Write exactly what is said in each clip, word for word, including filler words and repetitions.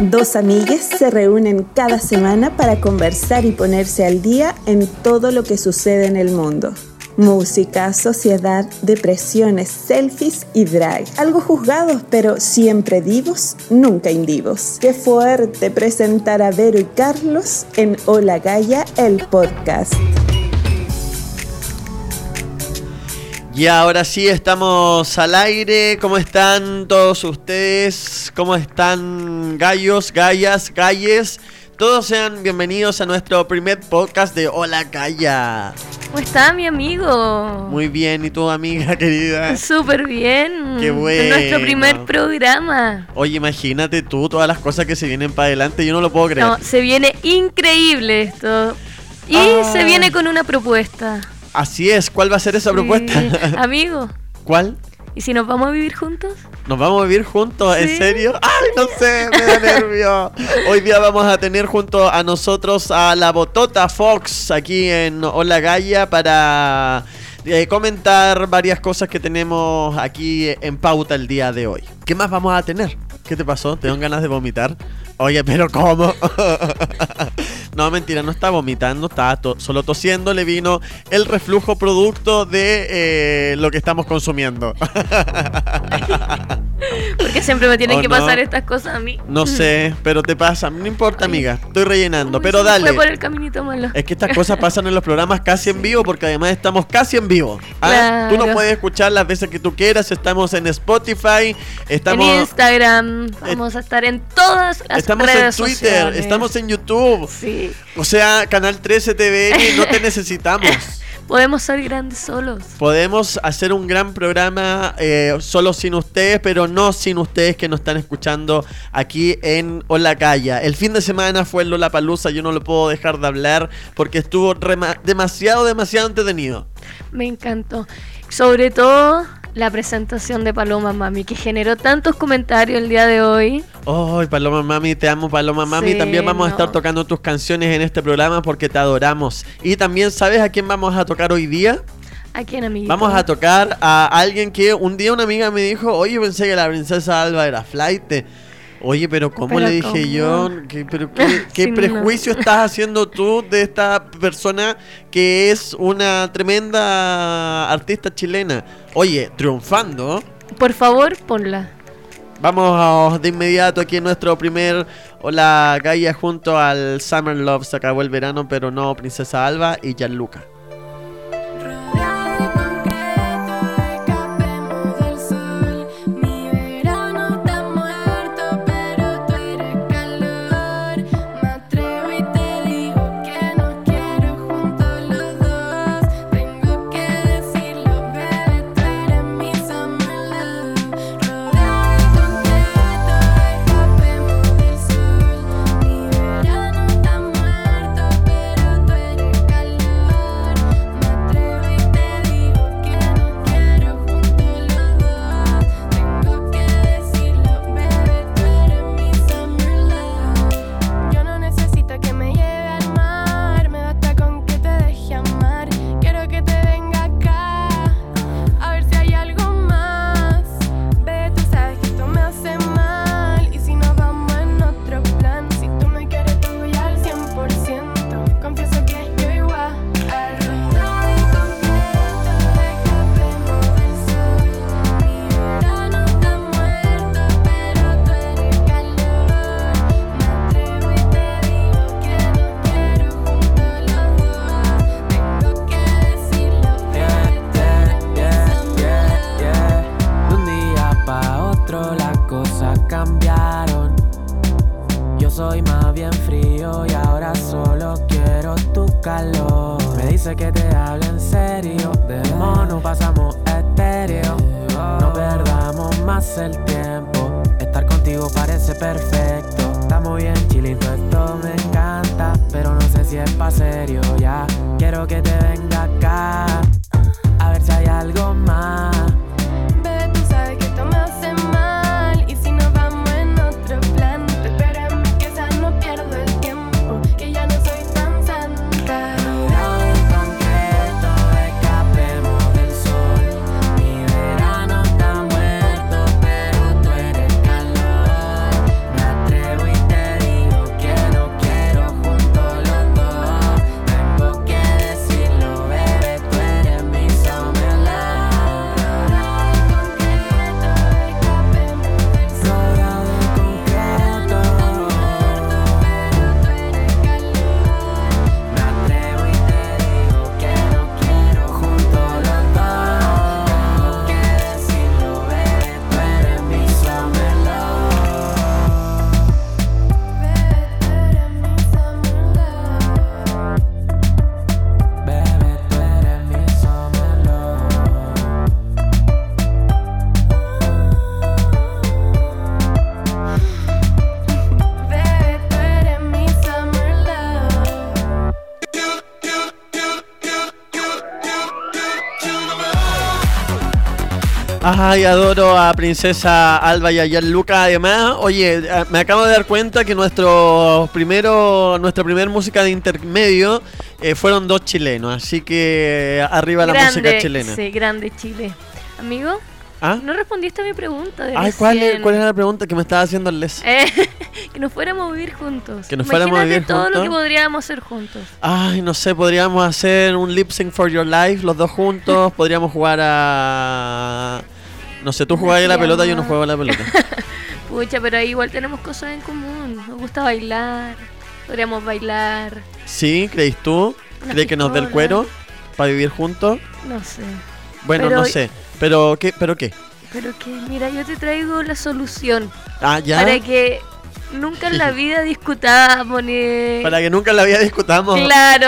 Dos amigues se reúnen cada semana para conversar y ponerse al día en todo lo que sucede en el mundo. Música, sociedad, depresiones, selfies y drag. Algo juzgados, pero siempre divos, nunca indivos. Qué fuerte presentar a Vero y Carlos en Hola Gaia, el podcast. Y ahora sí, estamos al aire. ¿Cómo están todos ustedes? ¿Cómo están gallos, gallas, galles? Todos sean bienvenidos a nuestro primer podcast de Hola Gaia. ¿Cómo está mi amigo? Muy bien, ¿y tu amiga querida? Súper bien. Qué bueno. En nuestro primer programa. Oye, imagínate tú todas las cosas que se vienen para adelante, yo no lo puedo creer. No, se viene increíble esto. Y ah. se viene con una propuesta. Así es, ¿cuál va a ser esa sí. propuesta? Amigo. ¿Cuál? ¿Y si nos vamos a vivir juntos? ¿Nos vamos a vivir juntos? ¿Sí? ¿En serio? ¡Ay, no sé! Me da nervio. Hoy día vamos a tener junto a nosotros a la Botota Fox aquí en Hola Gaia para eh, comentar varias cosas que tenemos aquí en pauta el día de hoy. ¿Qué más vamos a tener? ¿Qué te pasó? ¿Te dan ganas de vomitar? Oye, ¿pero cómo? No, mentira, no está vomitando, está to- solo tosiendo. Le vino el reflujo producto de eh, lo que estamos consumiendo. Porque siempre me tienen ¿O que no? pasar estas cosas a mí. No sé, pero te pasa. No importa, amiga. Estoy rellenando, Uy, pero se me dale. fue por el caminito malo. Es que estas cosas pasan en los programas casi en vivo, porque además estamos casi en vivo. ¿Ah? Claro. Tú nos puedes escuchar las veces que tú quieras. Estamos en Spotify, estamos en Instagram, vamos a estar en todas las estamos redes en Twitter, sociales. estamos en YouTube. Sí. O sea, Canal trece T V N, no te necesitamos. Podemos ser grandes solos. Podemos hacer un gran programa eh, solo sin ustedes, pero no sin ustedes que nos están escuchando aquí en Hola Gaia. El fin de semana fue el Lollapalooza, yo no lo puedo dejar de hablar porque estuvo rema- demasiado, demasiado entretenido. Me encantó. Sobre todo la presentación de Paloma Mami, que generó tantos comentarios el día de hoy. Ay, Paloma Mami, te amo, Paloma Mami. Sí, También vamos no. a estar tocando tus canciones en este programa porque te adoramos. Y también, ¿sabes a quién vamos a tocar hoy día? ¿A quién, amiguito? Vamos a tocar a alguien que un día una amiga me dijo, oye, pensé que la princesa Alba era flight. Oye, pero ¿cómo ¿Pero le dije cómo? yo? ¿Qué, pero qué, qué Sí, prejuicio no. estás haciendo tú de esta persona que es una tremenda artista chilena? Oye, triunfando. Por favor, ponla. Vamos a, de inmediato aquí en nuestro primer Hola Gaia junto al Summer Love. Se acabó el verano, pero no Princesa Alba y Gianluca. Ay, adoro a Princesa Alba y a Gianluca. Además, oye, me acabo de dar cuenta que nuestro primero, nuestra primera música de intermedio eh, fueron dos chilenos. Así que arriba grande, la música chilena. Sí, grande Chile. Amigo, ¿ah? No respondiste a mi pregunta. De Ay, ¿cuál, es, ¿cuál era la pregunta que me estaba haciendo el Les? Eh, que nos fuéramos a vivir juntos. Que nos fuéramos a vivir todo juntos. Lo que podríamos hacer juntos. Ay, no sé, podríamos hacer un lip sync for your life, los dos juntos. Podríamos jugar a... No sé, tú jugabas a la pelota, yo no juego a la pelota. Pucha, pero ahí igual tenemos cosas en común. Nos gusta bailar. Podríamos bailar. ¿Sí? ¿Crees tú? ¿Crees que nos dé el cuero para vivir juntos? No sé. Bueno, pero, no sé. ¿Pero qué? ¿Pero qué? Pero que, mira, yo te traigo la solución. Ah, ¿ya? Para que nunca en la vida discutamos ni... Para que nunca en la vida discutamos. Claro.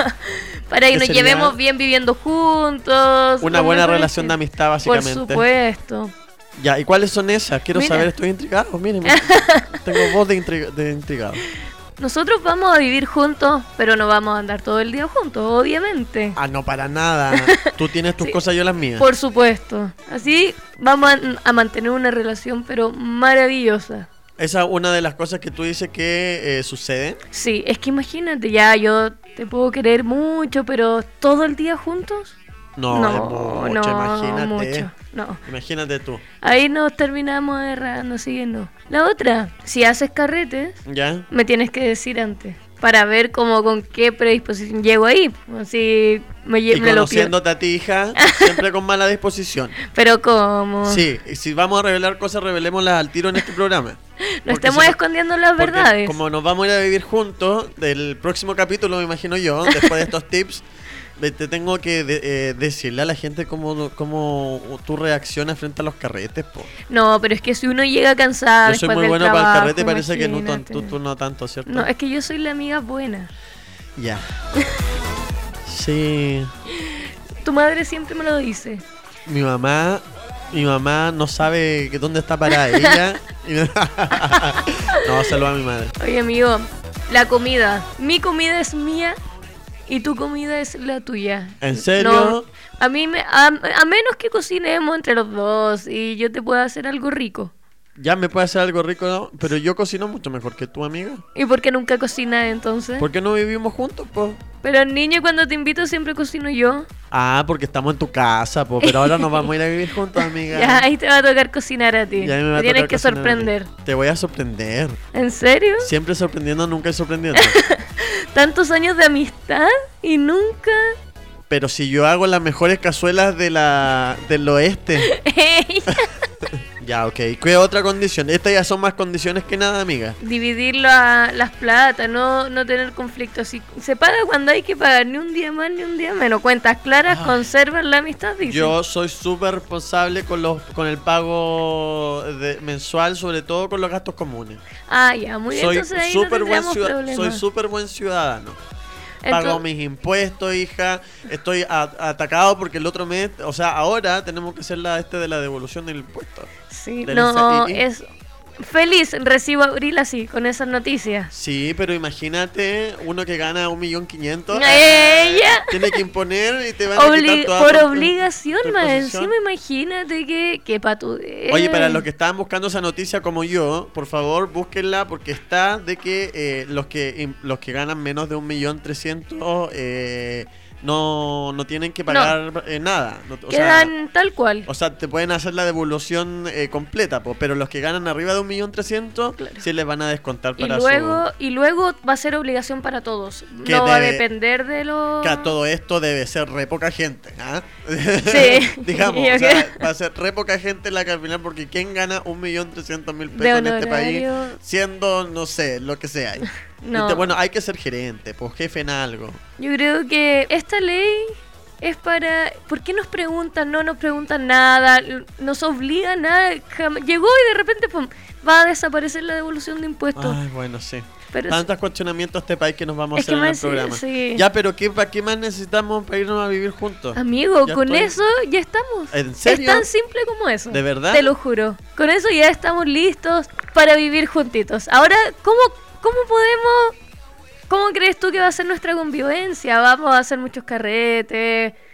Para que nos sería? llevemos bien viviendo juntos. Una buena relación de amistad, básicamente. Por supuesto. Ya, ¿y cuáles son esas? Quiero Mira. saber, estoy intrigado. Miren, tengo voz de, intriga, de intrigado. Nosotros vamos a vivir juntos, pero no vamos a andar todo el día juntos, obviamente. Ah, no, para nada. Tú tienes tus Sí, cosas, yo las mías. Por supuesto. Así vamos a, a mantener una relación, pero maravillosa. Esa es una de las cosas que tú dices que eh, suceden. Sí, es que imagínate, ya yo te puedo querer mucho, pero todo el día juntos. No, No, es mucho, no, imagínate. mucho, no. Imagínate tú. Ahí nos terminamos errando, siguiendo. La otra, si haces carretes, ¿Ya? me tienes que decir antes. Para ver cómo, con qué predisposición llego ahí. Así me, lle- Y me lo pierdo. conociéndote a ti, hija, siempre con mala disposición. Pero cómo. Sí, y si vamos a revelar cosas, revelémoslas al tiro en este programa. No Porque estemos si- escondiendo las porque verdades. Como nos vamos a ir a vivir juntos, del próximo capítulo, me imagino yo, después de estos tips, me- te tengo que de- eh, decirle a la gente cómo, cómo tú reaccionas frente a los carretes, po. No, pero es que si uno llega cansado Yo soy después muy del bueno para el trabajo, carrete, parece que no, imagínate. tú, tú no tanto, ¿cierto? No, es que yo soy la amiga buena. Ya. Sí. Tu madre siempre me lo dice. Mi mamá, mi mamá no sabe que dónde está parada ella. No, saluda a mi madre. Oye, amigo, la comida. Mi comida es mía y tu comida es la tuya. ¿En serio? No, a mí me, a, a menos que cocinemos entre los dos y yo te pueda hacer algo rico. Ya me puede hacer algo rico, ¿no? Pero yo cocino mucho mejor que tú, amiga. ¿Y por qué nunca cocinas entonces? ¿Por qué no vivimos juntos, po? Pero niño, cuando te invito siempre cocino yo. Ah, porque estamos en tu casa, po. Pero ahora nos vamos a ir a vivir juntos, amiga. Ya, ahí te va a tocar cocinar a ti. Ya me va a Te tienes tocar que cocinar a ti. sorprender. Te voy a sorprender. ¿En serio? Siempre sorprendiendo, nunca sorprendiendo. Tantos años de amistad y nunca... Pero si yo hago las mejores cazuelas de la del oeste. Ya, ok. ¿Qué otra condición? Estas ya son más condiciones que nada, amiga. Dividir la- las platas, no, no tener conflictos. Si se paga cuando hay que pagar, ni un día más ni un día menos. Cuentas claras, Ah. conservan la amistad, dice. Yo soy súper responsable con los con el pago de- mensual, sobre todo con los gastos comunes. Ah, ya, muy bien. Soy Entonces ahí no súper buen tendríamos ciudad- problemas. soy súper buen ciudadano. Entonces- Pago mis impuestos, hija. Estoy a- atacado porque el otro mes, o sea, ahora tenemos que hacer la este de la devolución del impuesto. Sí, del no, S I I. es... Feliz recibo abril así, con esas noticias. Sí, pero imagínate uno que gana un millón quinientos. ¡Ella! Tiene que imponer y te van a Obli- quitar toda por tu- obligación, tu más posición. encima, imagínate que, que patudez. Oye, para los que estaban buscando esa noticia como yo, por favor búsquenla porque está de que eh, los que im- los que ganan menos de un millón trescientos eh, no, no tienen que pagar eh, nada. No, o sea, Quedan tal cual. o sea, te pueden hacer la devolución eh, completa, po, pero los que ganan arriba de un millón trescientos Claro. sí les van a descontar Y para luego, su... y luego va a ser obligación para todos. Que No va a debe- depender de los... Que a todo esto debe ser re poca gente, ¿ah? Sí. Digamos, Yo o sea, creo- va a ser re poca gente la que al final, porque ¿quién gana un millón trescientos mil De pesos en este país honorario. siendo, no sé, lo que sea? No. Y te- bueno, hay que ser gerente, pues jefe en algo. Yo creo que esta ley es para... ¿Por qué nos preguntan? No nos preguntan nada, nos obliga a nada. Jam- Llegó y de repente pum, va a desaparecer la devolución de impuestos. Ay, bueno, sí. Pero Tantos cuestionamientos a este país que nos vamos a Es hacer que en el más- programa. sí. Ya, pero ¿qué, ¿para qué más necesitamos para irnos a vivir juntos? amigo, Ya con estoy- eso ya estamos. ¿En serio? Es tan simple como eso. ¿De verdad? Te lo juro. Con eso ya estamos listos para vivir juntitos. Ahora, ¿cómo, cómo podemos... ¿Cómo crees tú que va a ser nuestra convivencia? Vamos a hacer muchos carretes.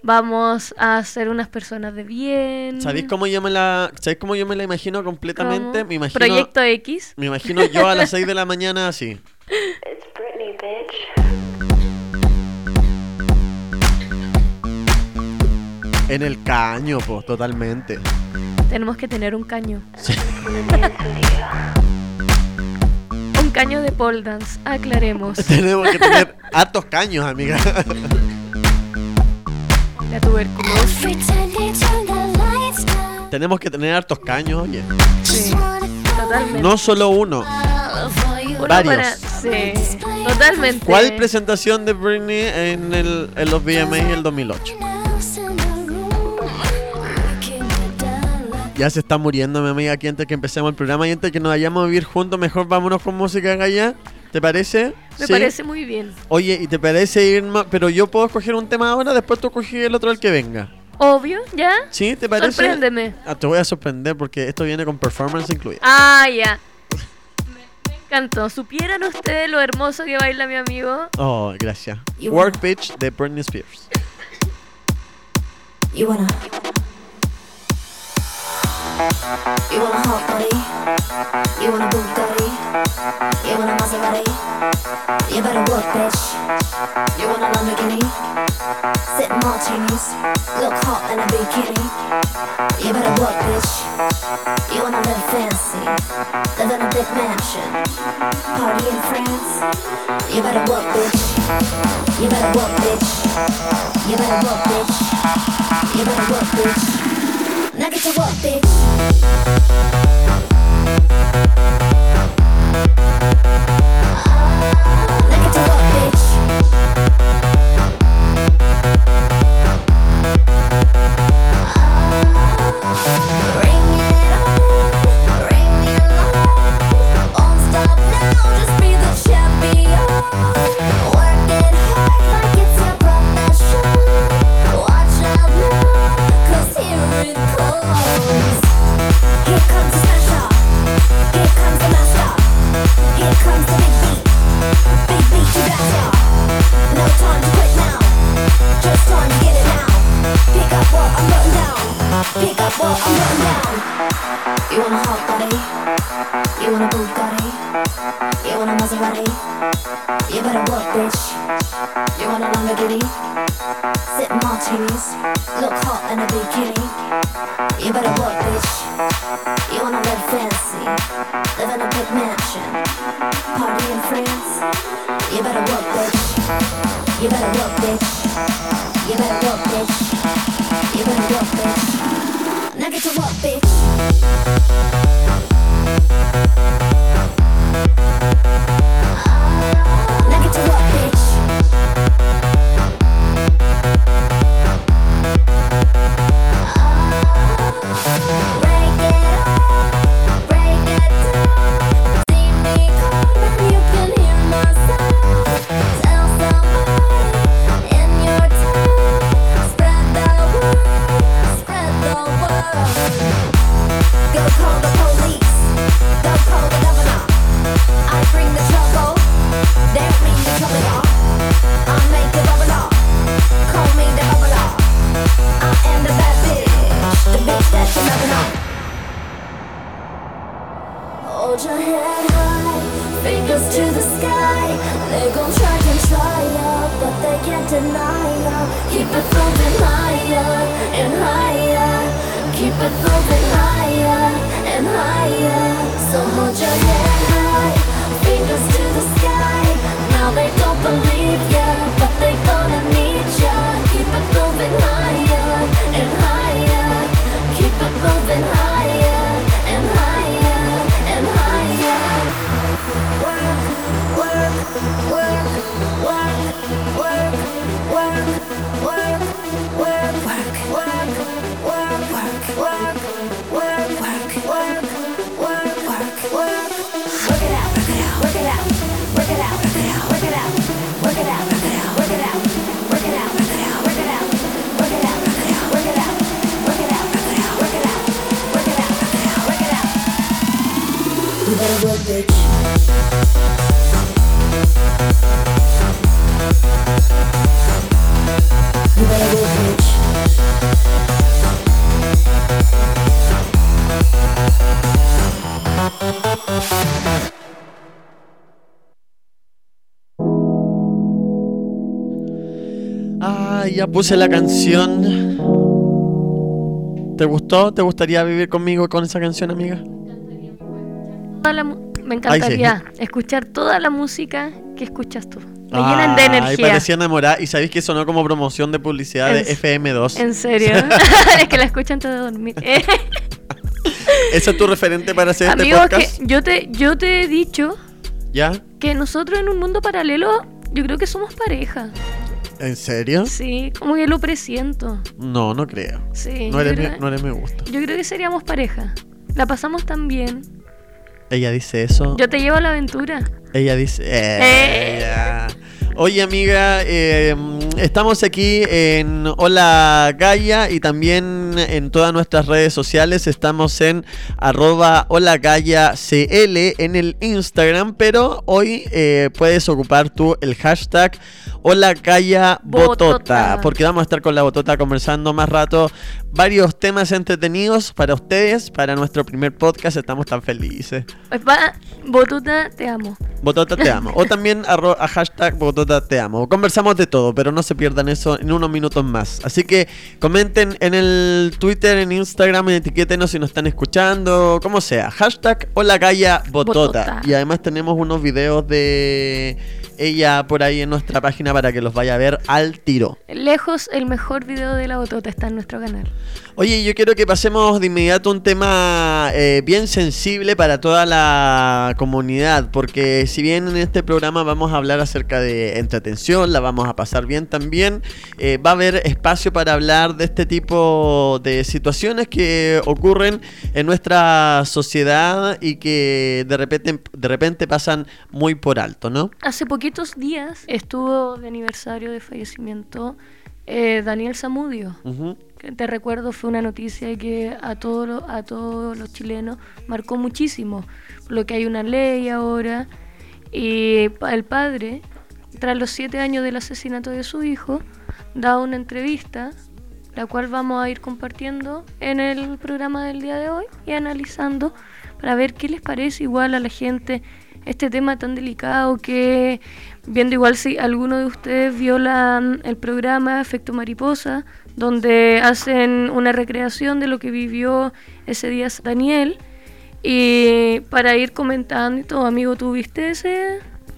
Vamos a ser unas personas de bien. ¿Sabéis cómo yo me la, ¿sabéis cómo yo me la imagino completamente? ¿Cómo? Me imagino, Proyecto X. Me imagino yo a las seis de la mañana así. It's Britney, bitch. En el caño, pues, totalmente. Tenemos que tener un caño. Sí. Un caño de pole dance, aclaremos. Tenemos que tener hartos caños, amiga. La tuberculosis. Tenemos que tener hartos caños, oye. Sí, totalmente. No solo uno. Uno varios. para- sí, totalmente. ¿Cuál presentación de Britney en, el, en los V M A el dos mil ocho? Ya se está muriendo mi amiga aquí antes que empecemos el programa y antes que nos vayamos a vivir juntos, mejor vámonos con música Gaya. ¿Te parece? Me ¿Sí? parece muy bien. Oye, ¿y te parece Irma? Pero yo puedo escoger un tema ahora, después tú escoges el otro al que venga. Obvio, ¿ya? ¿Sí? ¿Te parece? Sorpréndeme. Ah, te voy a sorprender porque esto viene con performance incluida. Ah, ya. Me, me encantó. ¿Supieran ustedes lo hermoso que baila mi amigo? Oh, gracias. Work Bitch de Britney Spears. You wanna You want a hot body, you want a Bugatti, you want a Maserati, you better work, bitch. You want a Lamborghini, sip martinis, look hot in a bikini. You better work, bitch. You wanna live fancy, live in a big mansion, party in France. You better work, bitch. You better work, bitch. You better work, bitch. You better work, bitch. Now get to work, bitch. Now get to work, bitch. Bring it on, bring it on. Won't stop now, just be the champion. Work it hard like it's your profession. Watch out now, 'cause here it comes. Here comes the smash up. Here comes the master. Here comes the big beat. Big beat to blast ya. No time to quit now. Just time to get it now. Pick up what I'm putting down. Pick up what I'm putting down. You want a hot body? You want a Bugatti? You want a Maserati? You better work, bitch. You want a Lamborghini? Sip martinis, look hot in a bikini. You better work, bitch. You wanna live fancy, live in a big mansion, party in France. You better work, bitch. You better work, bitch. You better work, bitch. You better work, bitch. Now get to work, bitch. Now get to work, bitch. Break it up, break it down. See me coming, you can hear my sound. Tell somebody in your town. Spread the word, spread the word. Go call the police, go call the governor. I bring the trouble, they bring the trouble, y'all. I make the bubble, call me the bubble. I am the bad bitch, the bitch that you never know. Hold your head high, fingers to the sky. They gon' try and try ya, but they can't deny ya. Keep it moving higher and higher. Keep it moving higher and higher. So hold your head high, fingers to the sky. Now they don't believe ya, but they gonna need ya. Keep it moving higher and higher. Keep it moving higher and higher and higher. Work, work, work, work, work, work, work, work, work, work, work, work, work, work, work, work, work, work, work. Work it out, work it out, work it out, work it out, work it out, work it out, work it out, work it out, work it out, work it out, work it out, work it out, work it out, work it out, work it out, work it out, work it out, work it out. You better work, bitch. You better work, bitch. Ah, ya puse la canción. ¿Te gustó? ¿Te gustaría vivir conmigo con esa canción, amiga? Toda la mu- me encantaría Ay, escuchar toda la música que escuchas tú. Me llenan de Ay, energía. parecía enamorada. Y sabéis que sonó como promoción de publicidad de En- F M dos. En serio. Es que la escucho antes de dormir. ¿Ese es tu referente para hacer Amigos, este podcast? que yo te, yo te he dicho ¿Ya? que nosotros en un mundo paralelo, yo creo que somos pareja. ¿En serio? Sí, como que lo presiento. No, no creo. Sí, No yo eres, creo- mi, no eres me gusta. Yo creo que seríamos pareja. La pasamos tan bien. Ella dice eso. Yo te llevo a la aventura. Ella dice... Eh, Eh. ya. Oye, amiga, eh, estamos aquí en Hola Gaia y también en todas nuestras redes sociales. Estamos en arroba Hola Gaia C L en el Instagram, pero hoy eh, puedes ocupar tú el hashtag Hola Gaia Botota, Botota. porque vamos a estar con la Botota conversando más rato varios temas entretenidos para ustedes, para nuestro primer podcast. Estamos tan felices. Pues va, Botuta, te amo. Botota te amo. O también arro- a hashtag Botota te amo. Conversamos de todo, pero no se pierdan eso en unos minutos más. Así que comenten en el Twitter, en Instagram, etiquétenos si nos están escuchando, como sea. Hashtag Hola Gaia Botota. Botota. Y además tenemos unos videos de ella por ahí en nuestra página para que los vaya a ver al tiro. Lejos, el mejor video de la Botota está en nuestro canal. Oye, yo quiero que pasemos de inmediato a un tema eh, bien sensible para toda la comunidad, porque si bien en este programa vamos a hablar acerca de entretención, la vamos a pasar bien también, eh, va a haber espacio para hablar de este tipo de situaciones que ocurren en nuestra sociedad y que de repente, de repente pasan muy por alto, ¿no? Hace poquitos días estuvo de aniversario de fallecimiento eh, Daniel Zamudio. Ujú. Que te recuerdo, fue una noticia que a todos los, a todos los chilenos marcó muchísimo, por lo que hay una ley ahora y pa- el padre, tras los siete años del asesinato de su hijo, da una entrevista, la cual vamos a ir compartiendo en el programa del día de hoy y analizando para ver qué les parece igual a la gente este tema tan delicado, que viendo igual si alguno de ustedes vio la, el programa Efecto Mariposa, donde hacen una recreación de lo que vivió ese día Daniel, y para ir comentando y todo. Amigo, ¿tú viste ese?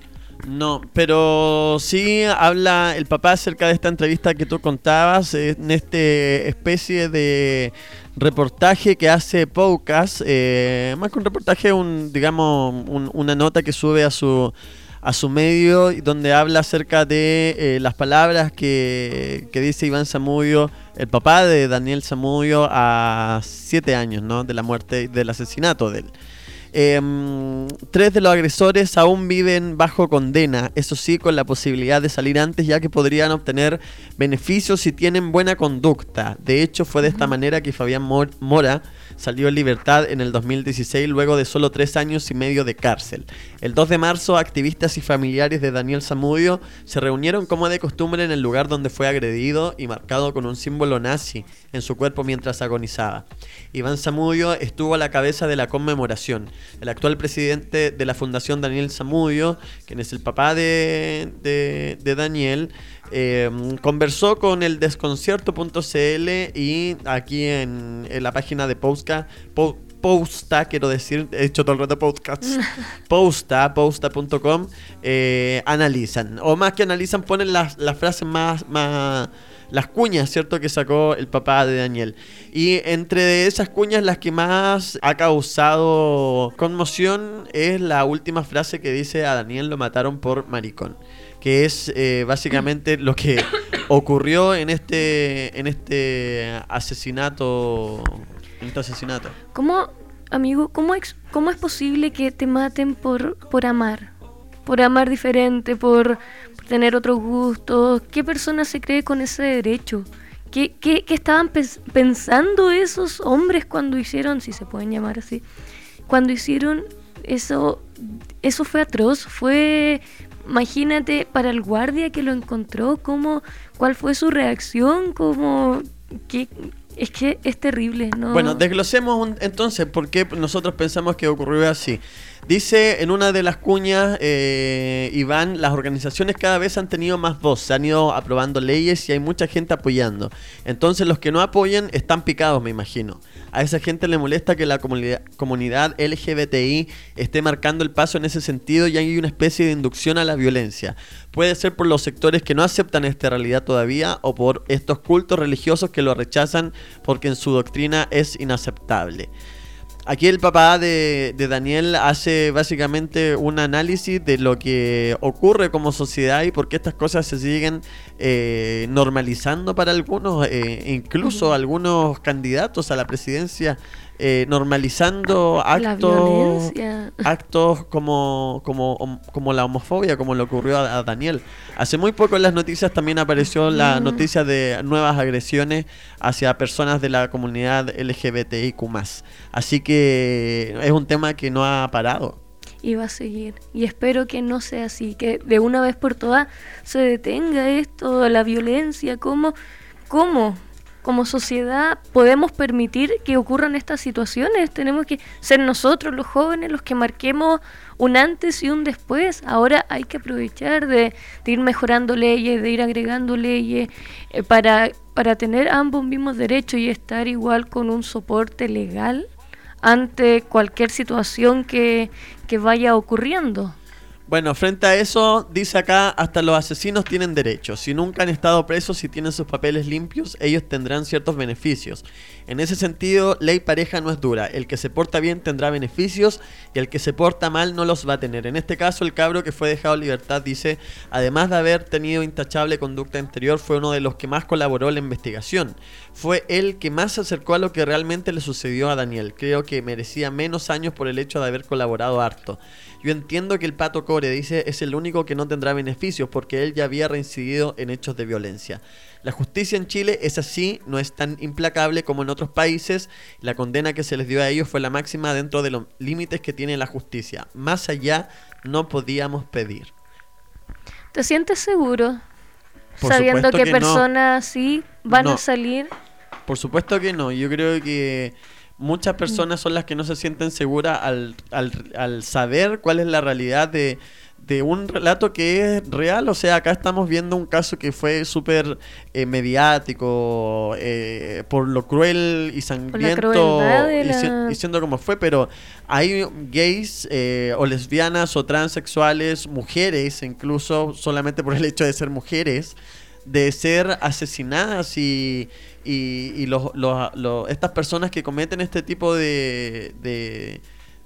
No, pero sí habla el papá acerca de esta entrevista que tú contabas, eh, en este especie de reportaje que hace Poucas, eh, más que un reportaje, un digamos un- una nota que sube a su a su medio y donde habla acerca de eh, las palabras que, que dice Iván Zamudio, el papá de Daniel Zamudio, a siete años, ¿no?, de la muerte y del asesinato de él. Eh, tres de los agresores aún viven bajo condena, eso sí, con la posibilidad de salir antes, ya que podrían obtener beneficios si tienen buena conducta. De hecho, fue de esta manera que Fabián Mor- Mora salió en libertad en el dos mil dieciséis luego de solo tres años y medio de cárcel. El dos de marzo, activistas y familiares de Daniel Zamudio se reunieron como de costumbre en el lugar donde fue agredido y marcado con un símbolo nazi en su cuerpo mientras agonizaba. Iván Zamudio estuvo a la cabeza de la conmemoración. El actual presidente de la Fundación Daniel Zamudio, quien es el papá de, de, de Daniel, eh, conversó con el desconcierto punto c l y aquí en, en la página de Pouska, po, Posta, quiero decir, he hecho todo el rato podcasts, Posta, posta punto com, eh, analizan, o más que analizan, ponen las, las frases más, más, las cuñas, ¿cierto?, que sacó el papá de Daniel. Y entre esas cuñas, las que más ha causado conmoción es la última frase que dice: a Daniel lo mataron por maricón, que es eh, básicamente lo que ocurrió en este en este asesinato en este asesinato. ¿Cómo, amigo, cómo, ex- cómo es posible que te maten por, por amar? Por amar diferente, por, por tener otros gustos. ¿Qué persona se cree con ese derecho? ¿Qué, qué, qué estaban pens- pensando esos hombres cuando hicieron, si se pueden llamar así, cuando hicieron eso? Eso fue atroz, fue... Imagínate, para el guardia que lo encontró, cómo, cuál fue su reacción, cómo, qué, Es que es terrible, ¿no? Bueno, desglosemos un, entonces por qué nosotros pensamos que ocurrió así. Dice en una de las cuñas, eh, Iván, las organizaciones cada vez han tenido más voz, se han ido aprobando leyes y hay mucha gente apoyando. Entonces los que no apoyan están picados, me imagino. A esa gente le molesta que la comunidad, comunidad L G B T I esté marcando el paso en ese sentido y hay una especie de inducción a la violencia. Puede ser por los sectores que no aceptan esta realidad todavía o por estos cultos religiosos que lo rechazan porque en su doctrina es inaceptable. Aquí el papá de, de Daniel hace básicamente un análisis de lo que ocurre como sociedad y por qué estas cosas se siguen eh, normalizando para algunos, eh, incluso uh-huh. algunos candidatos a la presidencia eh, normalizando actos, actos como, como, como la homofobia, como le ocurrió a, a Daniel. Hace muy poco en las noticias también apareció la noticia de nuevas agresiones hacia personas de la comunidad L G B T I Q más. Así que es un tema que no ha parado. Y va a seguir. Y espero que no sea así, que de una vez por todas se detenga esto, la violencia. ¿Cómo? ¿Cómo? Como sociedad podemos permitir que ocurran estas situaciones. Tenemos que ser nosotros, los jóvenes, los que marquemos un antes y un después. Ahora hay que aprovechar de, de ir mejorando leyes, de ir agregando leyes eh, para, para tener ambos mismos derechos y estar igual con un soporte legal ante cualquier situación que, que vaya ocurriendo. Bueno, frente a eso, dice acá, hasta los asesinos tienen derechos. Si nunca han estado presos y tienen sus papeles limpios, ellos tendrán ciertos beneficios. En ese sentido, ley pareja no es dura. El que se porta bien tendrá beneficios y el que se porta mal no los va a tener. En este caso, el cabro que fue dejado en libertad dice, además de haber tenido intachable conducta anterior, fue uno de los que más colaboró en la investigación. Fue el que más se acercó a lo que realmente le sucedió a Daniel. Creo que merecía menos años por el hecho de haber colaborado harto. Yo entiendo que el Pato Core, dice, es el único que no tendrá beneficios porque él ya había reincidido en hechos de violencia. La justicia en Chile es así, no es tan implacable como en otros países. La condena que se les dio a ellos fue la máxima dentro de los límites que tiene la justicia. Más allá no podíamos pedir. ¿Te sientes seguro Por sabiendo que, que personas no. así van no. a salir? Por supuesto que no. Yo creo que muchas personas son las que no se sienten seguras al, al, al saber cuál es la realidad de, de un relato que es real. O sea, acá estamos viendo un caso que fue súper eh, mediático eh, por lo cruel y sangriento y, la... y siendo como fue, pero hay gays eh, o lesbianas o transexuales, mujeres incluso, solamente por el hecho de ser mujeres, de ser asesinadas y, y, y los, los, los, estas personas que cometen este tipo de, de,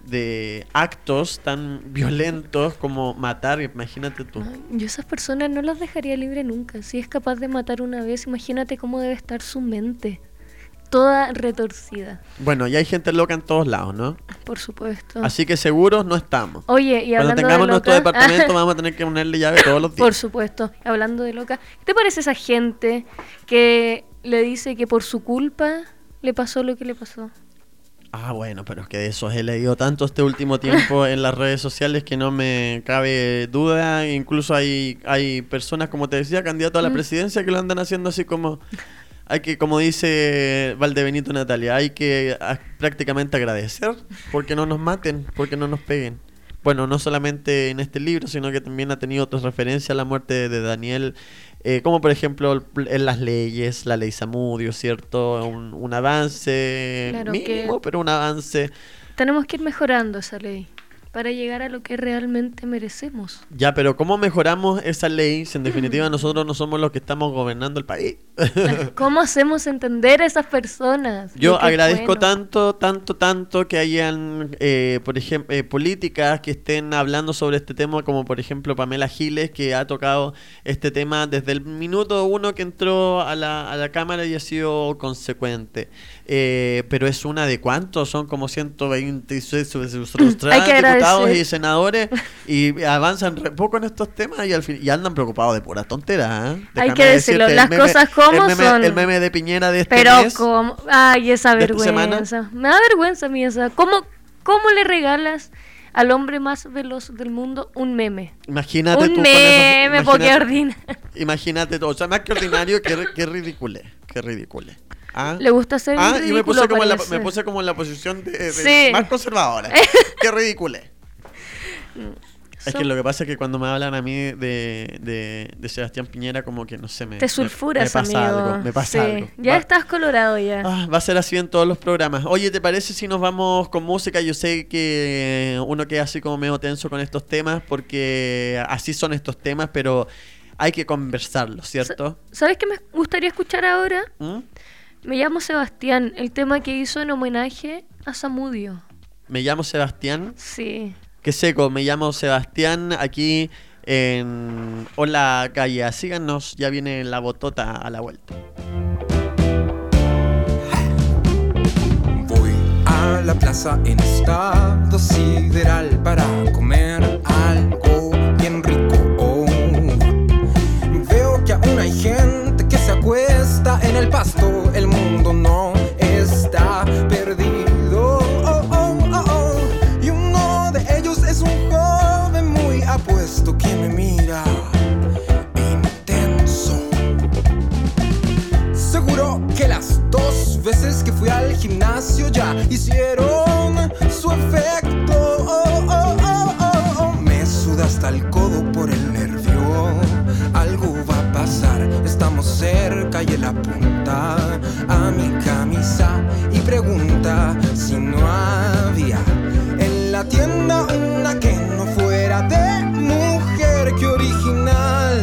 de actos tan violentos como matar, imagínate tú. Ay, yo esas personas no las dejaría libre nunca. Si es capaz de matar una vez, imagínate cómo debe estar su mente, toda retorcida. Bueno, y hay gente loca en todos lados, ¿no? Por supuesto. Así que seguros no estamos. Oye, y cuando hablando tengamos de nuestro loca, departamento vamos a tener que ponerle llave todos los días. Por supuesto. Hablando de loca, ¿qué te parece esa gente que le dice que por su culpa le pasó lo que le pasó? Ah, bueno, pero es que de eso he leído tanto este último tiempo en las redes sociales que no me cabe duda. Incluso hay, hay personas, como te decía, candidatos a la presidencia que lo andan haciendo así como... Hay que, como dice Valdebenito Natalia, hay que a, prácticamente agradecer porque no nos maten, porque no nos peguen. Bueno, no solamente en este libro, sino que también ha tenido otras referencias a la muerte de, de Daniel, eh, como por ejemplo en las leyes, la ley Zamudio, ¿cierto? Un, un avance claro mínimo, pero un avance. Tenemos que ir mejorando esa ley para llegar a lo que realmente merecemos. Ya, pero ¿cómo mejoramos esa ley si en definitiva nosotros no somos los que estamos gobernando el país? ¿Cómo hacemos entender a esas personas? Yo agradezco bueno. tanto, tanto, tanto que hayan, eh, por ejemplo, eh, políticas que estén hablando sobre este tema, como por ejemplo Pamela Giles, que ha tocado este tema desde el minuto uno que entró a la, a la Cámara y ha sido consecuente. Eh, pero es una de cuántos, son como ciento veintiséis diputados y senadores y avanzan re poco en estos temas y al fin y andan preocupados de puras tonteras, ¿eh? Hay que decirlo, las meme, cosas como el meme, son. El meme de Piñera de este pero mes. Como, ay, esa vergüenza. Semana. Me da vergüenza a mí esa. ¿Cómo, ¿Cómo le regalas al hombre más veloz del mundo un meme? Imagínate un tú meme, con eso, porque ordinario. Imagínate tú, o sea, más que ordinario, que, que ridículo, que ridículo. ¿Ah? Le gusta hacer Ah, el y me puse, ridículo, como en la, parece. me puse como en la posición de, de Sí. más conservadora. Qué ridículo. Es So- que lo que pasa es que cuando me hablan a mí de, de, de Sebastián Piñera, como que no sé, me, Te sulfuras, me, me pasa amigo. algo. Me pasa Sí. algo. Ya Va- estás colorado ya. Ah, va a ser así en todos los programas. Oye, ¿te parece si nos vamos con música? Yo sé que uno queda así como medio tenso con estos temas porque así son estos temas, pero hay que conversarlos, ¿cierto? ¿Sabes qué me gustaría escuchar ahora? ¿Mm? Me llamo Sebastián, el tema que hizo en homenaje a Samudio. Me llamo Sebastián. Sí. Qué seco, me llamo Sebastián aquí en Hola Calle. Síganos, ya viene la botota a la vuelta. Voy a la plaza en estado sideral para comer algo bien rico. Oh. Veo que aún hay gente que se acuesta en el pasto. El mundo no está perdido. Oh, oh, oh, oh. Y uno de ellos es un joven muy apuesto que me mira intenso. Seguro que las dos veces que fui al gimnasio ya hicieron su efecto. Oh, oh, oh, oh, oh. Me suda hasta el codo por el nervio. Algo va a pasar, estamos cerca y él apunta a mi camisa y pregunta si no había en la tienda una que no fuera de mujer. Que original.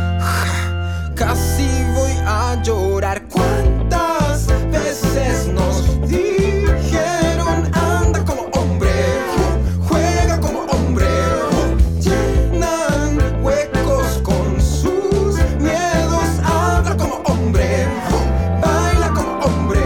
Casi voy a llorar. ¿Cuántas veces nos dijeron anda como hombre, juega como hombre? Llenan huecos con sus miedos. Habla como hombre, baila como hombre.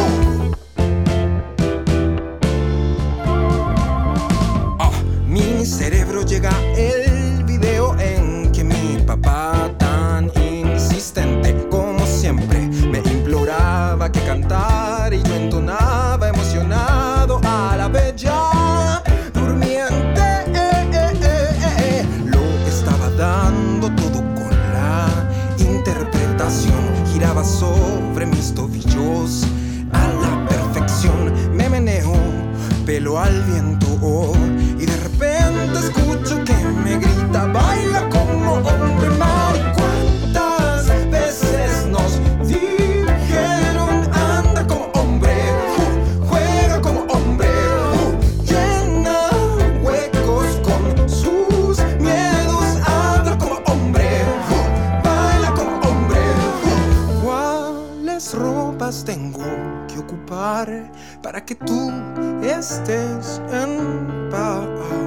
Ah, mi cerebro llega el video en que mi papá tan insistente como siempre me imploraba que cantara y yo entonaba emocionado a la bella durmiente. Eh, eh, eh, eh, eh. Lo estaba dando todo con la interpretación. Giraba sobre mis tobillos a la perfección. Me meneo, pelo al viento. Oh, y de repente escucho que me grita baila como hombre. Mari, ¿cuántas veces nos dijeron anda como hombre, juega como hombre? Llena huecos con sus miedos. Habla como hombre, baila como hombre. ¿Cuáles ropas tengo que ocupar para que tú estés en paz?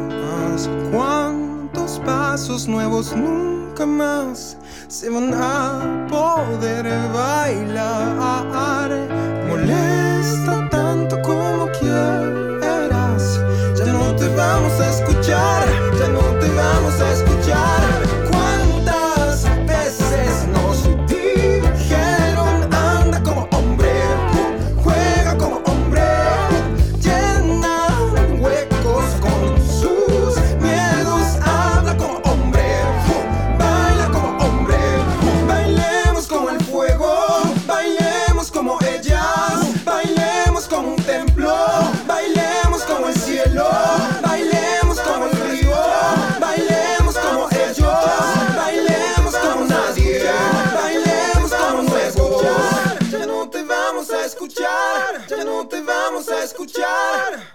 ¿Cuántos pasos nuevos nunca más se van a poder bailar? Molesta tanto como quieras. Ya no te vamos a escuchar, ya no te vamos a escuchar. ¿Cuántas veces nos dijeron anda como hombre, juega como hombre? Llena huecos con sus miedos. Habla como hombre, baila como hombre. Bailemos como el fuego, bailemos como ellas. Bailemos como un templo, bailemos como el cielo. Bailemos como el río, bailemos como ellos. Bailemos como nadie, bailemos como nuevo. Ya no te vamos a escuchar, ya no te vamos a escuchar.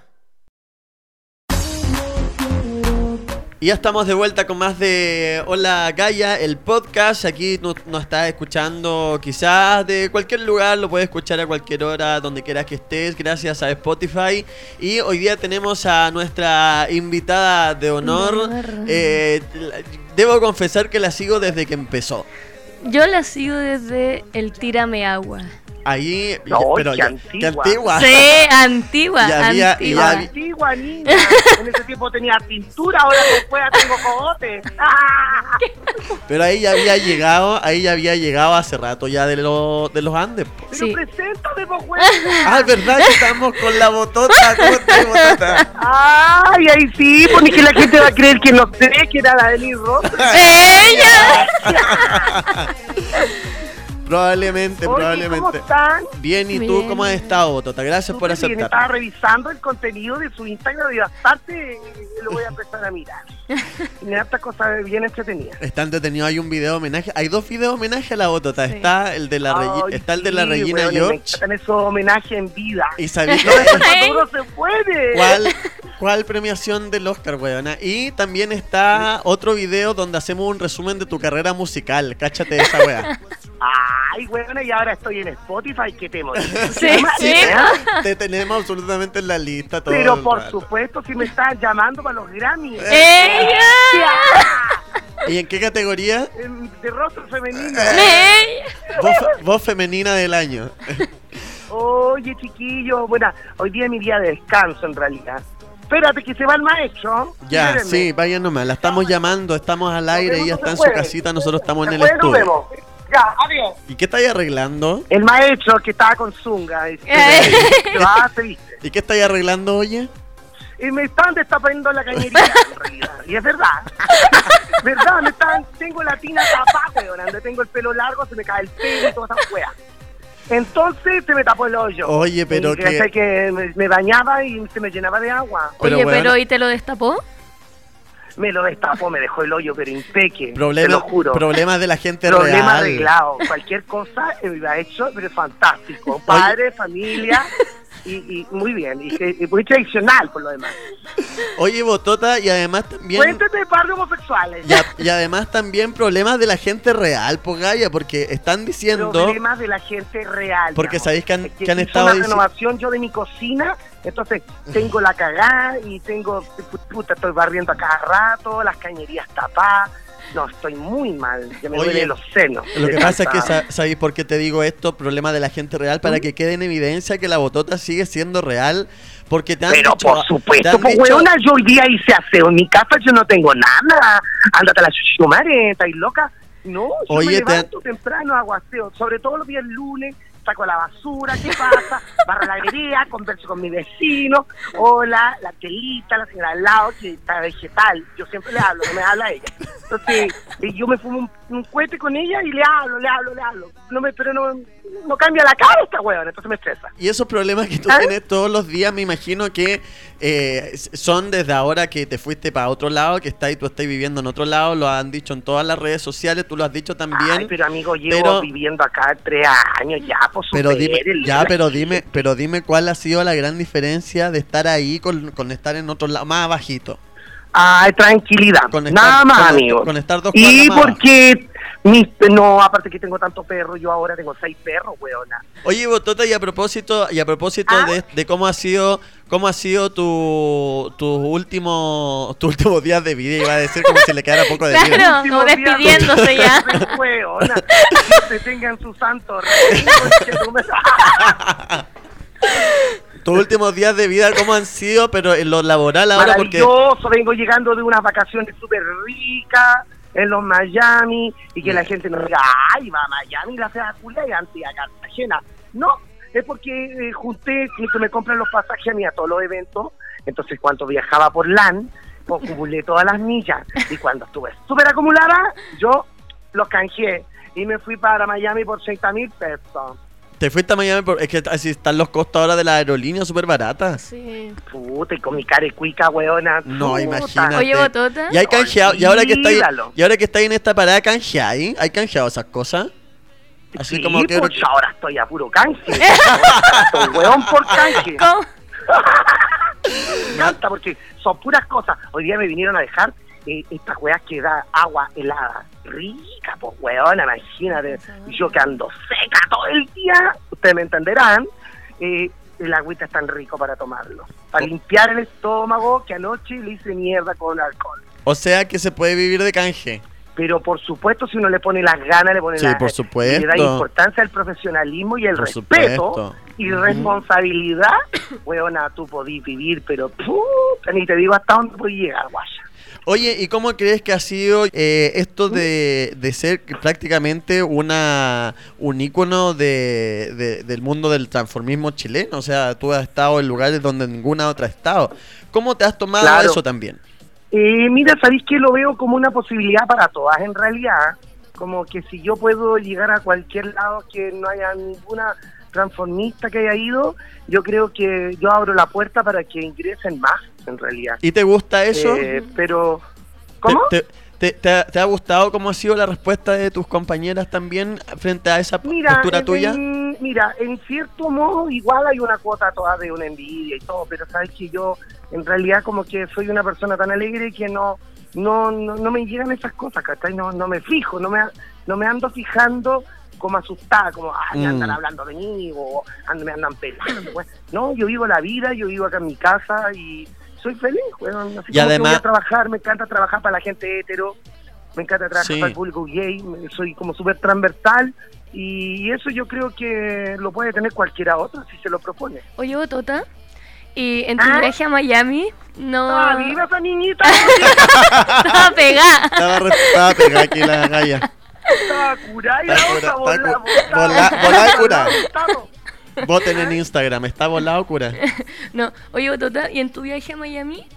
Y ya estamos de vuelta con más de Hola Gaia, el podcast. Aquí no- nos estás escuchando quizás de cualquier lugar, lo puedes escuchar a cualquier hora, donde quieras que estés, gracias a Spotify. Y hoy día tenemos a nuestra invitada de honor. Honor. Eh, la- debo confesar que la sigo desde que empezó. Yo la sigo desde el Tírame Agua. Ahí, No, pero qué ya- antigua. qué antigua. Sí, antigua, Ya había- antigua. ya había- Antigua niña. En ese tiempo tenía pintura, ahora después tengo cogote. ¡Ah! Pero ahí ya había llegado, ahí ya había llegado hace rato ya de, lo- de los Andes. po. Pero Sí. preséntame, pues, güey. Ah, es verdad que estamos con la botota. ¿Cómo estás, botota? Ay, ahí sí, porque que la gente va a creer que no sé que era la de Liz Ross. ¡Ella! Probablemente, Oye, probablemente. ¿cómo están? Bien, ¿y tú Bien. cómo has estado, Botota? Gracias por Súper bien, aceptar. estaba revisando el contenido de su Instagram y bastante lo voy a empezar a mirar. Tiene hartas cosas bien entretenidas. Está entretenido, hay un video homenaje, hay dos videos homenaje a la Botota. Sí. Está el de la Regi- Ay, está el de la sí, Regina weón, Me George. encantan esos homenajes en vida. Y sabéis No, eso no se puede. cuál, cuál premiación del Oscar, weona. Y también está otro video donde hacemos un resumen de tu carrera musical. Cáchate esa wea. Ay, bueno, y ahora estoy en Spotify, que te morí. Sí, sí. Te tenemos absolutamente en la lista todo Pero el por rato. supuesto, si me están llamando para los Grammy. ¡Ella! ¿Y en qué categoría? Em, De rostro femenino. ¡Ella! Voz, voz femenina del año. Oye, chiquillo, bueno, hoy día es mi día de descanso en realidad. Espérate que se va el maestro. Ya, Espérenme. sí, vayan nomás. La estamos llamando, estamos al aire, ella está en su Después. casita, nosotros estamos en el Después nos estudio. vemos. Ya, adiós. ¿Y qué estáis arreglando? El maestro que estaba con Zunga. y Se, Eh. se va, se viste. ¿Y qué estáis arreglando, oye? Y me están destapando la cañería, en realidad. Y es verdad. verdad, me están, tengo la tina tapada, weón. Donde tengo el pelo largo, se me cae el pelo y todas esas weas. Entonces se me tapó el hoyo. Oye, pero y que- que... que me, me bañaba y se me llenaba de agua. Pero Oye, bueno. pero ¿y te lo destapó? Me lo destapó, me dejó el hoyo, pero impeque. te Problema- lo juro. Problemas de la gente Problema real. arreglado. Cualquier cosa me iba hecho, pero es fantástico. Padre, familia y, y muy bien. Y, que- y muy tradicional por lo demás. Oye, Botota, y además también... Cuéntate de par de homosexuales. Y, a- y además también problemas de la gente real, po, Gaya, porque están diciendo... Problemas de la gente real. Porque digamos. sabéis que han- Es que han hice estado una dici- renovación yo de mi cocina, entonces tengo la cagada y tengo, puta, estoy barriendo a cada rato, las cañerías tapadas. No, estoy muy mal, ya me Oye, duelen los senos. Lo de que pasa es que, tanta- sa- ¿sabéis por qué te digo esto? Problema de la gente real, ¿Mm? para que quede en evidencia que la Botota sigue siendo real, porque te han Pero dicho... por te supuesto, han pues dicho- weona, yo hoy día hice aseo en mi casa, yo no tengo nada. Ándate a la chuchumare, ¿estáis loca? No, yo Oye, me te- levanto temprano, hago aseo, sobre todo los días lunes, saco la basura, ¿qué pasa? Barro la vereda, converso con mi vecino, hola, la telita, la señora al lado, que está vegetal, yo siempre le hablo, no me habla ella. Entonces, eh, yo me fumo un, un cohete con ella y le hablo, le hablo, le hablo. No me, pero no, no cambia la cara esta huevona, entonces me estresa. Y esos problemas que tú ¿Ah? tienes todos los días, me imagino que eh, son desde ahora que te fuiste para otro lado, que está, y tú estás viviendo en otro lado, lo han dicho en todas las redes sociales, tú lo has dicho también. Ay, pero amigo, llevo pero- viviendo acá tres años ya, pues Pero dime, supérele, ya, la pero gente. dime, pero dime cuál ha sido la gran diferencia de estar ahí con, con estar en otro lado, más abajito. Ay, tranquilidad, Con estar- nada más, con- amigo. con estar dos Y cuadras más porque, mis, no, aparte que tengo tantos perros, yo ahora tengo seis perros, weona. Oye, Botota, y a propósito, y a propósito ¿Ah? de, de cómo ha sido, cómo ha sido tu tus últimos tus últimos días de vida, iba a decir como si le quedara poco de vida. Claro, Últimos como días, despidiéndose ya. Weona, que tengan su santo rey, porque tú me- Tus últimos días de vida, cómo han sido, pero en lo laboral ahora, porque Maravilloso, vengo llegando de unas vacaciones súper ricas en los Miami y que la gente nos diga, ay, va a Miami, la fea culia y antes a Cartagena. No, es porque eh, junté, que me compran los pasajes a mí a todos los eventos, entonces cuando viajaba por LAN, pues, acumulé todas las millas y cuando estuve súper acumulada, yo los canjeé y me fui para Miami por treinta mil pesos. te fuiste a Miami, por- es que así están los costos ahora de la aerolínea súper baratas. Sí. Puta, y con mi cara de cuica, weona. No, puta. imagínate. Oye, Botota. Y hay canjeado, y ahora que está ahí, Olvídalo. y ahora que está ahí en esta parada, canjeáis, hay canjeado esas cosas. Así Sí, como que pues, ahora estoy a puro canje. Estoy weón por canje. ¿Cómo? Me encanta porque son puras cosas. Hoy día me vinieron a dejar eh, estas weas que da agua helada. Rica, pues weón, imagínate. Yo que ando seca todo el día, ustedes me entenderán. Eh, el agüita es tan rico para tomarlo. Para limpiar el estómago que anoche le hice mierda con alcohol. O sea que se puede vivir de canje. Pero por supuesto, si uno le pone las ganas, le pone Sí, la, por supuesto. le da importancia al profesionalismo y el Por respeto supuesto. y Ujú. responsabilidad, weona, tú podís vivir, pero puta, ni te digo hasta dónde podís llegar, guaya. Oye, ¿y cómo crees que ha sido eh, esto de, de ser prácticamente una un ícono de, de- del mundo del transformismo chileno? O sea, tú has estado en lugares donde ninguna otra ha estado. ¿Cómo te has tomado Claro. eso también? Eh, mira, sabéis que lo veo como una posibilidad para todas, en realidad. como que si yo puedo llegar a cualquier lado que no haya ninguna transformista que haya ido, yo creo que yo abro la puerta para que ingresen más, en realidad. ¿Y te gusta eso? Eh, pero, ¿cómo? ¿Te, te, te, te ha, ¿Te ha gustado cómo ha sido la respuesta de tus compañeras también frente a esa Mira, postura en, tuya? en- mira, en cierto modo igual hay una cuota toda de una envidia y todo, pero sabes que yo en realidad como que soy una persona tan alegre que no no no, no me llegan esas cosas, ¿cachai? No, no me fijo, no me no me ando fijando como asustada, como, ay, me andan Mm. hablando de mí o and- me andan peleando. Pues. No, yo vivo la vida, yo vivo acá en mi casa y soy feliz, weón. Así Y como además- que voy a trabajar, me encanta trabajar para la gente hetero, me encanta trabajar Sí. para el público gay, me- soy como súper transversal y eso yo creo que lo puede tener cualquiera otro si se lo propone. Oye, Botota, y en tu ¿Ah? viaje a Miami, no... ¡Ah, viva esa niñita! Estaba pegada. Estaba, re- estaba pegada aquí la galla. Estaba curada y la Está otra cura- está volada, cu- volada. volá- volá de cura. Estamos. Voten en Instagram, ¿está volado cura? No, oye, Botota, y en tu viaje a Miami,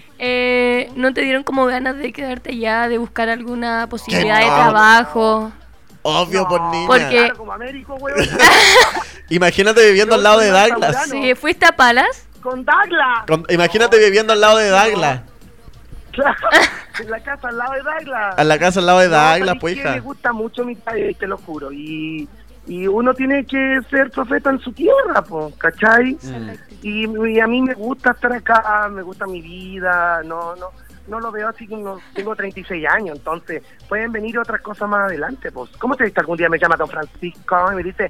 eh, ¿no te dieron como ganas de quedarte allá, de buscar alguna posibilidad de no? trabajo? Obvio, No, por niña. Porque- claro, como Américo, weón. Imagínate viviendo al lado de Yo soy Douglas. Taurano. Sí, ¿fuiste a Palas? Con Douglas. Con- imagínate viviendo al lado de Douglas. Claro, en la casa al lado de Douglas. A la casa al lado de No, Douglas, ¿sabes pues qué? hija. Me gusta mucho mi país, te lo juro. Y, y uno tiene que ser profeta en su tierra, po, ¿cachai? Mm. Y, y a mí me gusta estar acá, me gusta mi vida, no no no lo veo así, no, tengo treinta y seis años, entonces pueden venir otras cosas más adelante, pues. ¿Cómo te dice algún día me llama Don Francisco y me dice,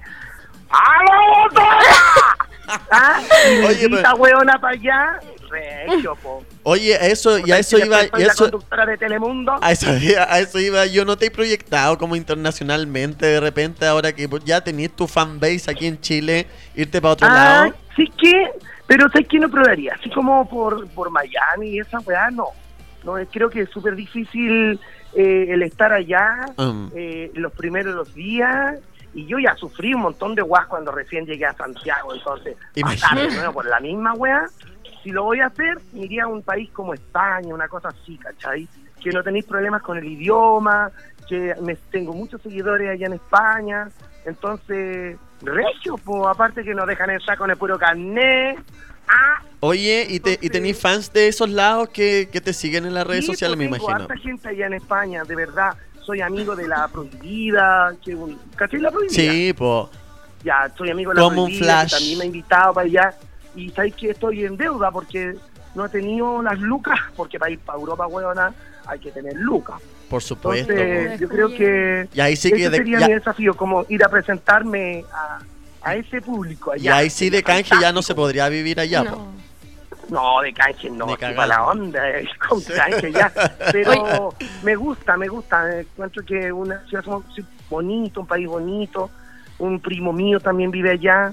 ¡aló, Botota! ¿Ah? Y me Oye, invita, pero- hueona, para allá, regio, po. Oye, a eso, y a eso Después iba, soy y la eso, conductora de Telemundo. a eso, iba- a eso iba, yo no te he proyectado como internacionalmente de repente ahora que ya tenés tu fanbase aquí en Chile, irte para otro Ah, lado. sí que, pero sé que no probaría, así como por, por Miami y esa weá, no. No, eh, creo que es súper difícil eh, el estar allá Mm. eh, los primeros los días, y yo ya sufrí un montón de weas cuando recién llegué a Santiago, entonces, Imagínate. pasar de nuevo por la misma wea, si lo voy a hacer, me iría a un país como España, una cosa así, ¿cachai? Que no tenéis problemas con el idioma, que me, tengo muchos seguidores allá en España, entonces, regio, pues, aparte que nos dejan entrar con el puro carnet. Ah, Oye, ¿y, te, y tenés fans de esos lados que, que te siguen en las redes sí, sociales, pues, me tengo imagino? harta gente allá en España, de verdad. Soy amigo de La Prohibida, que un- ¿cachai La Prohibida? Sí, po. Ya, soy amigo de La Como un Prohibida, flash. que también me ha invitado para allá. Y sabéis que estoy en deuda porque no he tenido las lucas, porque para ir para Europa, huevona, hay que tener lucas. Por supuesto. Entonces, po. yo creo que Y ahí sí ese que de- sería ya- mi desafío, como ir a presentarme a, a ese público allá. Y ahí sí de canje ya no se Fantástico. podría vivir allá, po. No. No, de canje no, Ni sí, cagando. para la onda, eh, con canje ya. Pero me gusta, me gusta. eh, Encuentro que una ciudad sí, bonito, un país bonito. Un primo mío también vive allá.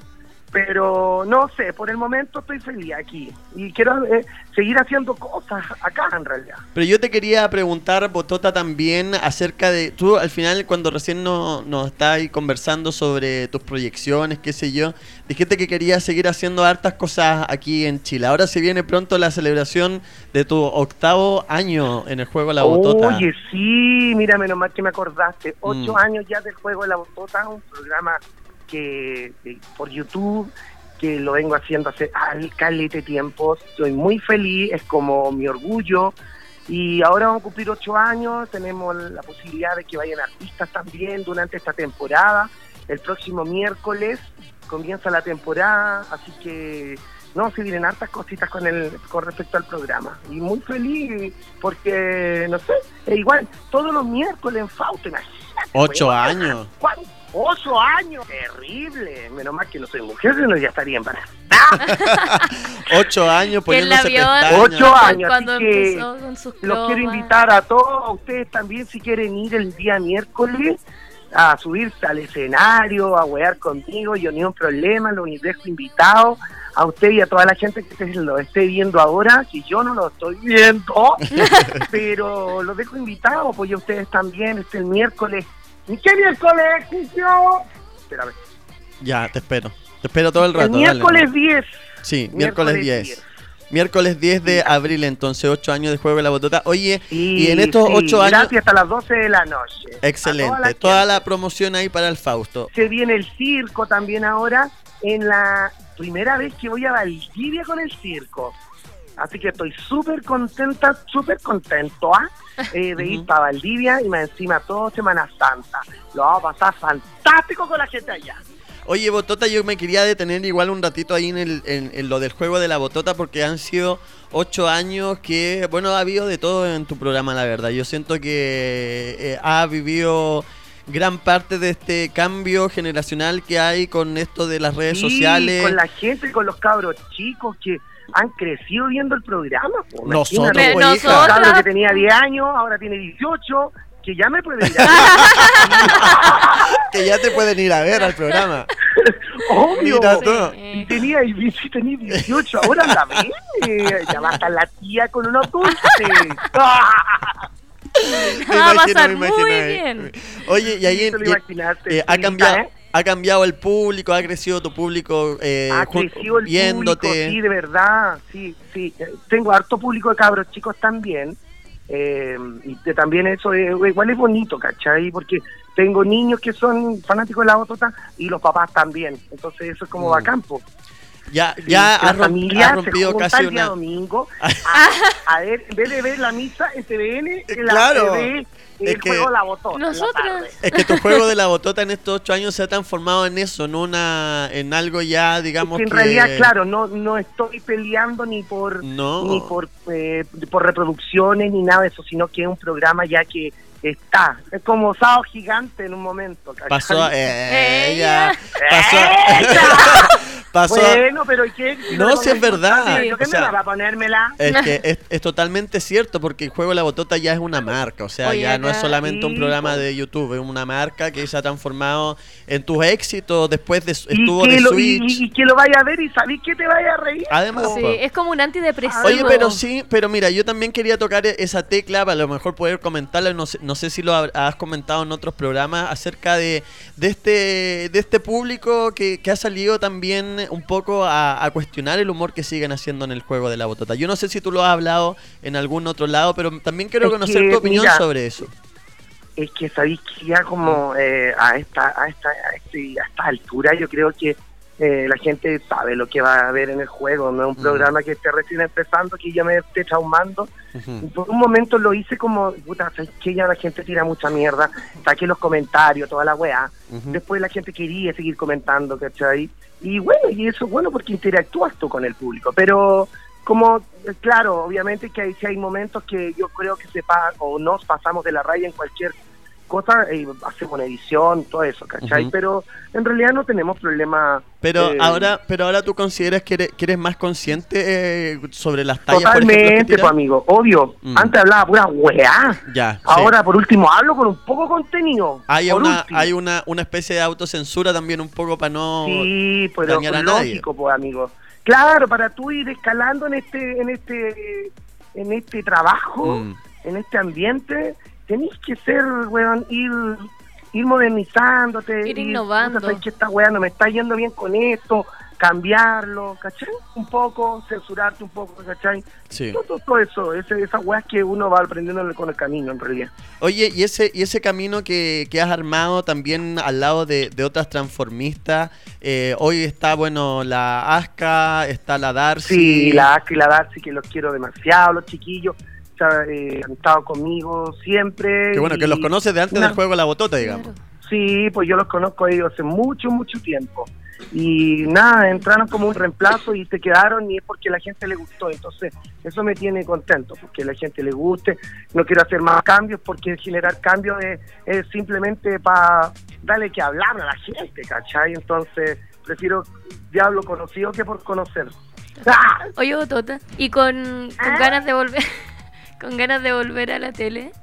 Pero no sé, por el momento estoy feliz aquí. Y quiero eh, seguir haciendo cosas acá en realidad. Pero yo te quería preguntar, Botota, también acerca de... Tú al final, cuando recién nos no estás ahí conversando sobre tus proyecciones, qué sé yo, dijiste que querías seguir haciendo hartas cosas aquí en Chile. Ahora se viene pronto la celebración de tu octavo año en el juego La Botota. Oye, sí, mira, menos mal que me acordaste. Ocho Mm. años ya del juego de La Botota, un programa que eh, por YouTube, que lo vengo haciendo hace al calete tiempo. Estoy muy feliz, es como mi orgullo. Y ahora vamos a cumplir ocho años, tenemos la posibilidad de que vayan artistas también durante esta temporada. El próximo miércoles comienza la temporada, así que no, se vienen hartas cositas con el con respecto al programa. Y muy feliz porque, no sé, es igual, todos los miércoles en Fausto, imagínate. Ocho weón. años. ¿Cuánto? Ocho años. Terrible. Menos mal que no soy mujer, sino ya estaría embarazada. Ocho años Que la poniéndose vio pestañas. Ocho años, cuando así que empezó con sus Los quiero cromas. invitar a todos, a ustedes también, si quieren ir el día miércoles a subirse al escenario, a huear conmigo, yo ni un problema, los dejo invitados a usted y a toda la gente que se lo esté viendo ahora, que yo no lo estoy viendo, pero los dejo invitados, pues y a ustedes también, este el miércoles. ¿Y qué miércoles, Cristian? Espérame. Ya, te espero. Te espero todo el rato. El dale, miércoles nomás. diez. Sí, miércoles miércoles diez. diez. Miércoles diez de abril, entonces, ocho años de Juego de la Botota. Oye, y, Y, en estos sí, ocho años... gracias hasta las doce de la noche. A Excelente, toda la toda gente. la promoción ahí para el Fausto. Se viene el circo también ahora, en la primera vez que voy a Valdivia con el circo. Así que estoy súper contenta, súper contento ¿ah? eh, de ir para Valdivia y más encima todo Semana Santa. Lo vamos a pasar fantástico con la gente allá. Oye, Botota, yo me quería detener igual un ratito ahí en, el, en, en lo del Juego de la Botota, porque han sido ocho años que, bueno, ha habido de todo en tu programa, la verdad. Yo siento que eh, ha vivido gran parte de este cambio generacional que hay con esto de las redes Sí, sociales. con la gente, con los cabros chicos que han crecido viendo el programa. Po, Nosotros, imagínate. pues, Nosotros. hija. Un cabro que tenía diez años, ahora tiene dieciocho, que ya me puede ir a Que ya te pueden ir a ver al programa. Obvio. Mira tú. Y tenía, y sí tenía dieciocho, ahora la ve. Ya va a estar la tía con unos dulces. Me Va a imagino, pasar me imagino muy ahí. bien. Oye, y ahí Sí, te lo y- imaginaste, eh, ha sí, cambiado, ¿eh? ha cambiado el público, ha crecido tu público eh, Ha jun- crecido el viéndote. público, sí, de verdad, sí, sí. Eh, Tengo harto público de cabros chicos también, eh, y que también eso es, igual es bonito, ¿cachai? Porque tengo niños que son fanáticos de la botota y los papás también, entonces eso es como Mm. bacán, po. Ya, Sí, ya que ha, la rom- familia ha rompido se junta casi el día una... domingo a, a ver, en vez de ver la misa en T V N, en la Claro, T V, el es que- juego de la botota. en la Nosotras. tarde. Es que tu juego de la botota en estos ocho años se ha transformado en eso, en una, en algo ya, digamos Es que en que... realidad, claro, no no estoy peleando ni por No. ni por eh, por reproducciones ni nada de eso, sino que es un programa ya que está, es como Sábado Gigante en un momento, ¿cachai? Pasó, eh, Ella. ya, pasó, pasó, Bueno, pero ¿y qué? Si No, le si es pongo verdad. el- ¿Yo qué O sea, me va a ponérmela? es que es, es totalmente cierto, porque el juego de la botota ya es una marca, o sea, Oye, ya no es acá- solamente un Sí, programa po. de YouTube, es una marca que se ha transformado en tus éxitos, después de, Y estuvo que, de lo, y, Switch, y que lo vaya a ver y sabéis que te vaya a reír. además, Sí, po. es como un antidepresivo. Oye, pero sí, pero mira, yo también quería tocar e- esa tecla, para a lo mejor poder comentarla, no sé, no sé si lo hab- has comentado en otros programas, acerca de, de este de este público que, que ha salido también un poco a, a cuestionar el humor que siguen haciendo en el juego de la botota. Yo no sé si tú lo has hablado en algún otro lado, pero también quiero Es conocer que, tu opinión mira, sobre eso. Es que sabéis que ya como eh, a esta a esta a, este, a esta altura yo creo que eh, la gente sabe lo que va a ver en el juego, no es un Mm. programa que esté recién empezando, que ya me esté traumando. Ujú. Y por un momento lo hice como, puta, ¿sabes qué? Ya la gente tira mucha mierda, saqué los comentarios, toda la weá. Ujú. Después la gente quería seguir comentando, ¿cachai? Y bueno, y eso es bueno porque interactúas tú con el público, pero como, eh, claro, obviamente que hay, sí hay momentos que yo creo que se pa o nos pasamos de la raya en cualquier cosa, eh, hacemos una edición, todo eso, ¿cachai? Ujú. Pero en realidad no tenemos problema. Pero eh, ahora, pero ahora tú consideras que eres, que eres más consciente eh, sobre las tallas, por ejemplo, que Totalmente, tiras? pues amigo, obvio. Mm. Antes hablaba pura weá. Ya, sí. Ahora, por último, hablo con un poco de contenido. Hay por una, último. hay una, una especie de autocensura también un poco para no Sí, pero dañar a nadie. lógico, pues, amigo. Claro, para tú ir escalando en este, en este, en este trabajo, Mm. en este ambiente, tenés que ser, weón, ir, ir modernizándote. Ir innovando. puta, sabes que esta weá no me está yendo bien con esto, cambiarlo, ¿cachai? Un poco, censurarte un poco, ¿cachai? Sí. Todo, todo, todo eso, ese, esas weas que uno va aprendiendo con el camino, en realidad. Oye, y ese, y ese camino que, que has armado también al lado de, de otras transformistas, eh, hoy está, bueno, la Aska, está la Darcy. Sí, la Aska y la Darcy, que los quiero demasiado, los chiquillos, o sea, eh, han estado conmigo siempre. Que bueno, que y los conoces de antes una- del juego de la botota, digamos. Claro. Sí, pues yo los conozco a ellos hace mucho, mucho tiempo. Y nada, entraron como un reemplazo y se quedaron y es porque a la gente le gustó. Entonces, eso me tiene contento, porque a la gente le guste. No quiero hacer más cambios porque generar cambios es, es simplemente para darle que hablar a la gente, ¿cachai? Entonces, prefiero diablo conocido que por conocer. ¡Ah! Oye, Botota, y con, con ¿Ah? ganas de volver con ganas de volver a la tele.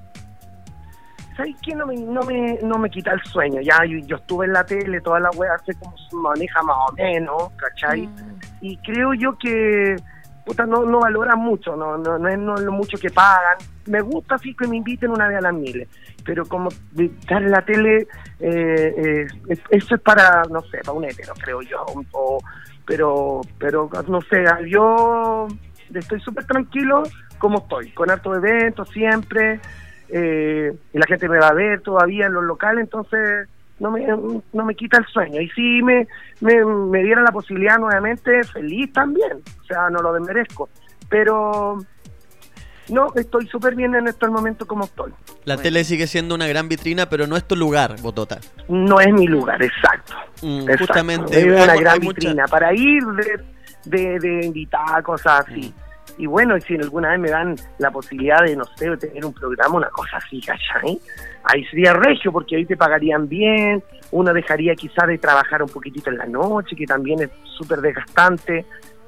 ¿Sabes qué? No me, no, me, no me quita el sueño. Ya yo, yo estuve en la tele, toda la wea, sé cómo se maneja más o menos, ¿cachai? Mm. Y creo yo que puta, no, no valoran mucho, no, no, no es no es lo mucho que pagan. Me gusta sí que me inviten una vez a las miles, pero como de estar en la tele, eh, eh, es- eso es para, no sé, para un hétero, creo yo, o pero, pero no sé, yo estoy súper tranquilo como estoy, con hartos eventos siempre, eh, y la gente me va a ver todavía en los locales, entonces no me no me quita el sueño. Y si me, me, me diera la posibilidad nuevamente, feliz también, o sea, no lo desmerezco, pero no, estoy súper bien en estos momentos como estoy. La bueno. tele sigue siendo una gran vitrina, pero no es tu lugar, Botota. No es mi lugar, exacto. Mm, exacto. Justamente. Es una hay, gran hay vitrina mucha... para ir de, de, de invitada, cosas así. Mm. Y bueno, y si alguna vez me dan la posibilidad de, no sé, de tener un programa, una cosa así, ¿cachai? Ahí sería regio, porque ahí te pagarían bien, uno dejaría quizás de trabajar un poquitito en la noche, que también es súper desgastante,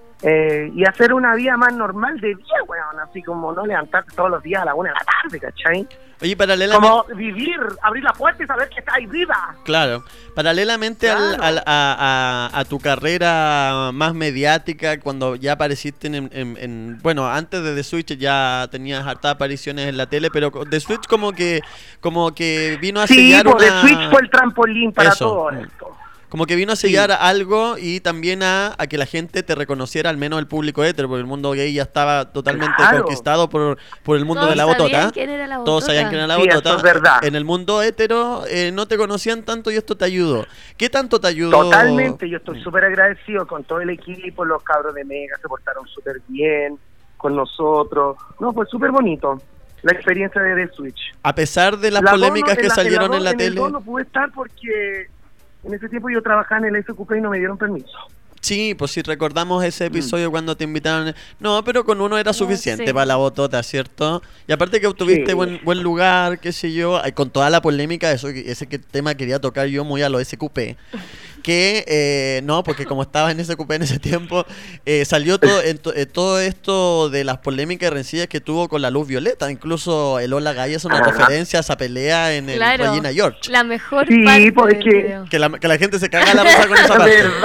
eh, y hacer una vida más normal de día, weón, así como no levantarte todos los días a la una de la tarde, ¿cachai? Oye, paralelamente... Como vivir, abrir la puerta y saber que está ahí viva. Claro. Paralelamente claro. Al, al, a, a, a tu carrera más mediática, cuando ya apareciste en, en, en... Bueno, antes de The Switch ya tenías hartas apariciones en la tele, pero The Switch como que como que vino a sí, sellar una... Sí, The Switch fue el trampolín para Eso. todo esto. Como que vino a sellar sí. algo y también a, a que la gente te reconociera, al menos el público hétero, porque el mundo gay ya estaba totalmente claro. conquistado por, por el mundo Todos de la botota. sabían quién era la botota. Todos sabían quién era la sí, botota. Eso es verdad. En el mundo hétero eh, no te conocían tanto y esto te ayudó. ¿Qué tanto te ayudó? Totalmente, yo estoy súper agradecido con todo el equipo, los cabros de Mega se portaron súper bien con nosotros. No, fue súper bonito la experiencia de The Switch. A pesar de las la polémicas dono, que en la, salieron en la, en la en tele. El no pude estar porque en ese tiempo yo trabajaba en el S Q P y no me dieron permiso. Sí, pues si recordamos ese episodio mm. cuando te invitaron. No, pero con uno era suficiente sí. para la botota, ¿cierto? Y aparte que obtuviste sí. buen, buen lugar, qué sé yo, con toda la polémica, eso ese que tema quería tocar yo muy a lo S Q P. Que, eh, no, porque como estaba en S Q P en ese tiempo, eh, salió todo, en to, eh, todo esto de las polémicas y rencillas que tuvo con la Luz Violeta. Incluso el Hola Gaya es una ah. referencia a esa pelea en claro, el Regina George. La mejor sí, parte porque del que, la, que la gente se caga la risa con esa parte. Verdad.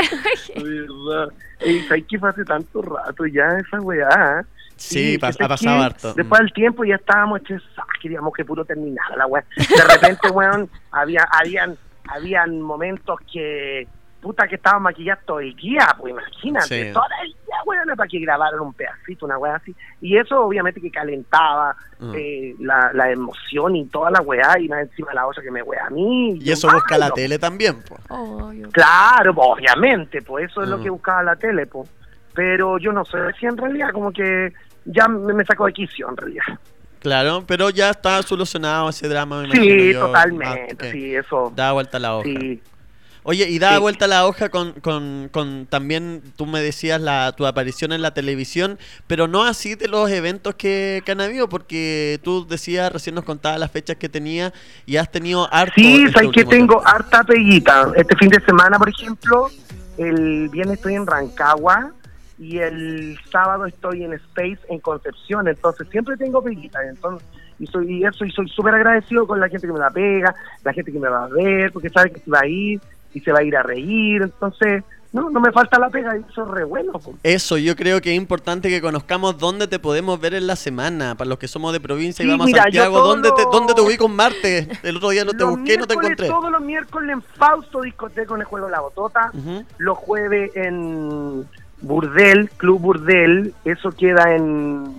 Verdad. Ey, ¿sabes qué fue hace tanto rato ya esa weá? Sí, pas, ha pasado harto. Después del tiempo ya estábamos estresados, queríamos que puro terminara la weá. De repente, weón, había, habían, habían momentos que, puta, que estaban maquillados todo el día, pues imagínate, sí. todo el día, weón, para que grabaran un pedacito, una weá así. Y eso obviamente que calentaba uh-huh. eh, la, la emoción y toda la weá, y más encima la otra que me weá a mí. Y eso busca la tele también, pues. Oh, yo... Claro, pues, obviamente, pues eso es uh-huh. lo que buscaba la tele, pues. Pero yo no sé si en realidad como que ya me, me sacó de quicio en realidad. Claro, pero ya está solucionado ese drama, me sí, yo. totalmente, ah, okay. sí, eso. Da vuelta la hoja. Sí. Oye, y da sí. vuelta la hoja con, con, con también, tú me decías, la tu aparición en la televisión, pero no así de los eventos que, que han habido, porque tú decías, recién nos contabas las fechas que tenías y has tenido harto. Sí, este sabes que tengo tiempo. harta peguita. Este fin de semana, por ejemplo, el viernes estoy en Rancagua, y el sábado estoy en Space en Concepción, entonces siempre tengo peguita, entonces y soy y eso y soy súper agradecido con la gente que me la pega, la gente que me va a ver, porque sabe que se va a ir y se va a ir a reír, entonces no no me falta la pega, eso es re bueno. Pues. Eso, yo creo que es importante que conozcamos dónde te podemos ver en la semana, para los que somos de provincia sí, y vamos mira, a Santiago, ¿dónde, lo... te, ¿dónde te ubico un martes? El otro día no te los busqué, no te encontré. Todos los miércoles en Fausto Discoteca en el Juego de la Botota, uh-huh. los jueves en Burdel, Club Burdel, eso queda en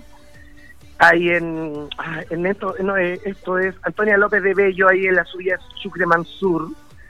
ahí en en esto no esto es Antonia López de Bello, ahí en la subida Sucre Mansur,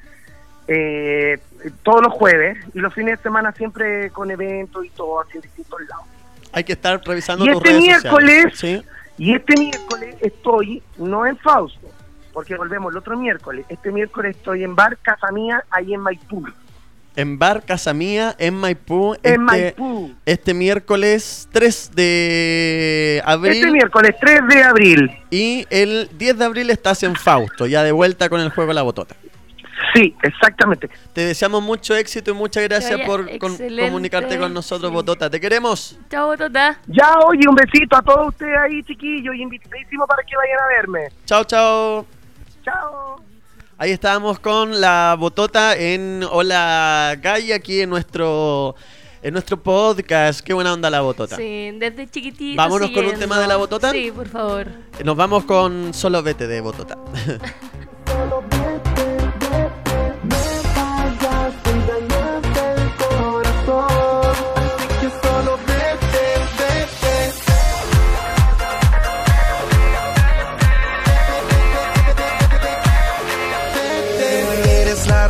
eh, todos los jueves, y los fines de semana siempre con eventos y todo así en distintos lados. Hay que estar revisando y tus este redes miércoles sociales. ¿Sí? Y este miércoles estoy no en Fausto, porque volvemos el otro miércoles. Este miércoles estoy en Bar Casa Mía, ahí en Maipú. En Bar Casa Mía, en Maipú. En este, Maipú. Este miércoles tres de abril. Este miércoles tres de abril. Y el diez de abril estás en Fausto, ya de vuelta con el Juego de la Botota. Sí, exactamente. Te deseamos mucho éxito y muchas gracias vaya, por con, comunicarte con nosotros, sí. Botota. Te queremos. Chao, Botota. Ya, oye, un besito a todos ustedes ahí, chiquillos, y invitadísimo para que vayan a verme. Chao, chao. Chao. Ahí estábamos con la Botota en Hola Gaya, aquí en nuestro en nuestro podcast. Qué buena onda la Botota. Sí, desde chiquitito. Vámonos siguiendo. con un tema de la Botota. Sí, por favor. Nos vamos con Solo Vete de Botota. Solo vete, vete, me fallas, engañaste el corazón.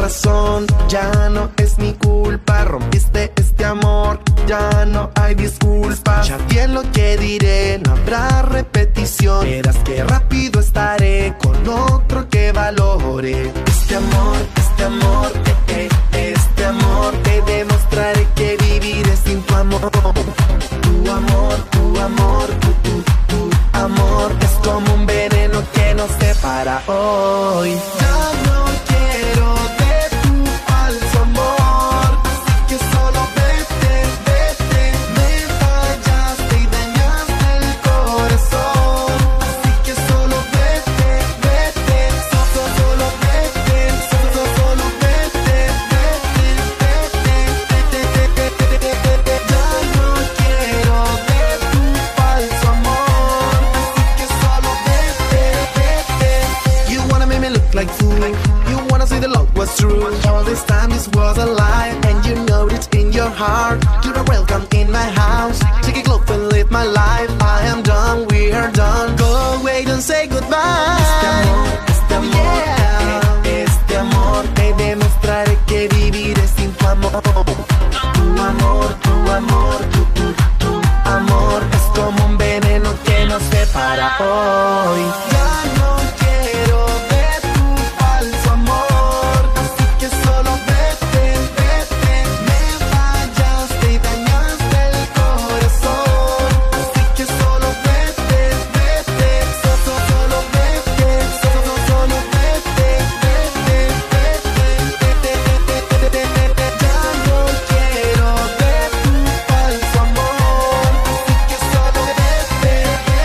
razón, ya no es mi culpa. Rompiste este amor, ya no hay disculpa. Ya bien lo que diré, no habrá repetición. Verás que rápido estaré con otro que valore. Este amor, este amor, eh, eh, este amor. Te demostraré que viviré sin tu amor. Tu amor, tu amor, tu, tu, tu amor. Es como un veneno que nos separa hoy. Ya no quiero de tu falso amor, así que solo vete, vete. Me fallaste y dañaste el corazón, así que solo vete, vete. Solo, solo vete, solo, solo vete, vete, vete, vete, vete, vete. Ya no quiero de tu falso amor, así que solo vete, vete. You wanna make me look like fool, you wanna say the love was true. All this time this was a lie, and you know it in your heart. You're welcome in my house, take a cloak and live my life. I am done, we are done. Go away, don't say goodbye. Este amor, este amor, yeah. eh, este amor. Te demostraré que viviré sin tu amor. Tu amor, tu amor, tu, tu, tu amor. Es como un veneno que nos separa hoy. Ya no quiero de tu falso amor, así que solo vete, vete. Me fallaste y dañaste el corazón, así que solo vete, vete. Solo, solo vete, solo, solo vete, vete, vete, vete, vete, vete. Ya no quiero de tu falso amor, así que solo vete,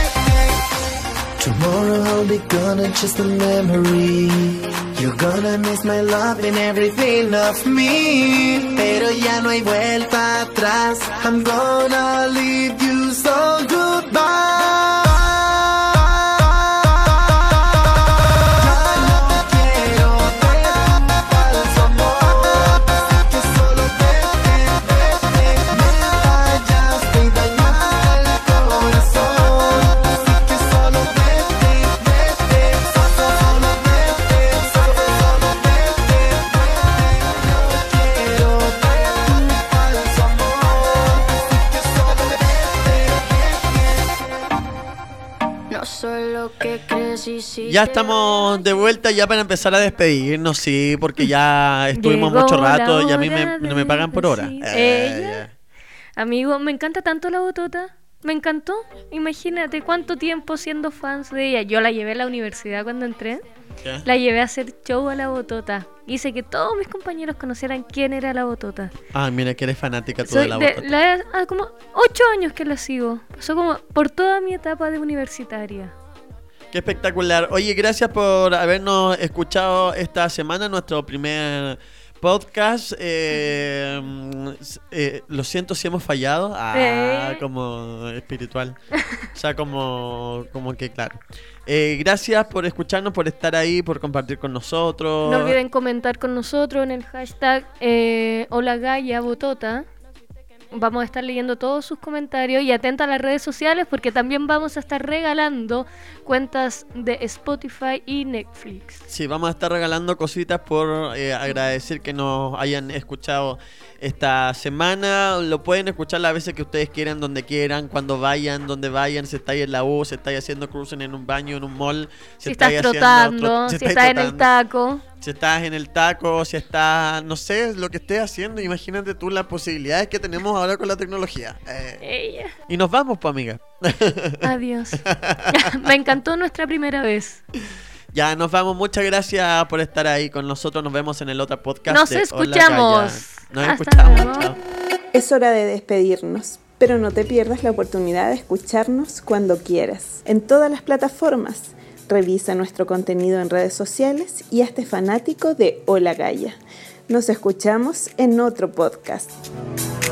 vete. Tomorrow I'll be gone and just a memory. You're gonna miss my love and everything of me. Pero ya no hay vuelta atrás. I'm gonna leave you, so goodbye. Ya no quiero de tu falso amor, así que solo vete, vete. Me fallaste y dañaste el corazón, así que solo vete, vete. Solo, solo vete, solo, solo vete, vete. No quiero de tu falso amor, así que solo vete, vete. No soy lo que crees y si Ya te estamos de vuelta ya para empezar a despedirnos, sí, porque ya estuvimos Llegó mucho la rato y a mí me, hora no me pagan por hora. de Eh, ella. Amigo, me encanta tanto la botota. Me encantó. Imagínate cuánto tiempo siendo fans de ella. Yo la llevé a la universidad cuando entré. ya. La llevé a hacer show a la botota. Hice que todos mis compañeros conocieran quién era la botota. Ah, mira que eres fanática tú Soy de la de, botota. la, ah, como ocho años que la sigo. Pasó como por toda mi etapa de universitaria. Qué espectacular. Oye, gracias por habernos escuchado esta semana, nuestro primer podcast. Eh, eh, lo siento si hemos fallado. Ah, Eh. como espiritual. O sea, como, como que claro. Eh, gracias por escucharnos, por estar ahí, por compartir con nosotros. No olviden comentar con nosotros en el hashtag eh, Hola Gaia Botota. Vamos a estar leyendo todos sus comentarios y atenta a las redes sociales porque también vamos a estar regalando cuentas de Spotify y Netflix. Sí, vamos a estar regalando cositas por eh, agradecer que nos hayan escuchado esta semana. Lo pueden escuchar las veces que ustedes quieran, donde quieran, cuando vayan, donde vayan. Si estáis en la U, si estáis haciendo cruising en un baño, en un mall. Si, estás estáis haciendo trotando, tro- si, estáis estás en el trotando, taco. Si estás en el taco, si estás, no sé, lo que estés haciendo. Imagínate tú las posibilidades que tenemos ahora con la tecnología. Eh, Ella. y nos vamos, pues, amiga. Adiós. Me encantó nuestra primera vez. Ya, nos vamos. Muchas gracias por estar ahí con nosotros. Nos vemos en el otro podcast. Nos de Hola escuchamos. Gaia. Nos Hasta escuchamos. luego. Chao. Es hora de despedirnos, pero no te pierdas la oportunidad de escucharnos cuando quieras, en todas las plataformas. Revisa nuestro contenido en redes sociales y hazte fanático de Hola Gaia. Nos escuchamos en otro podcast.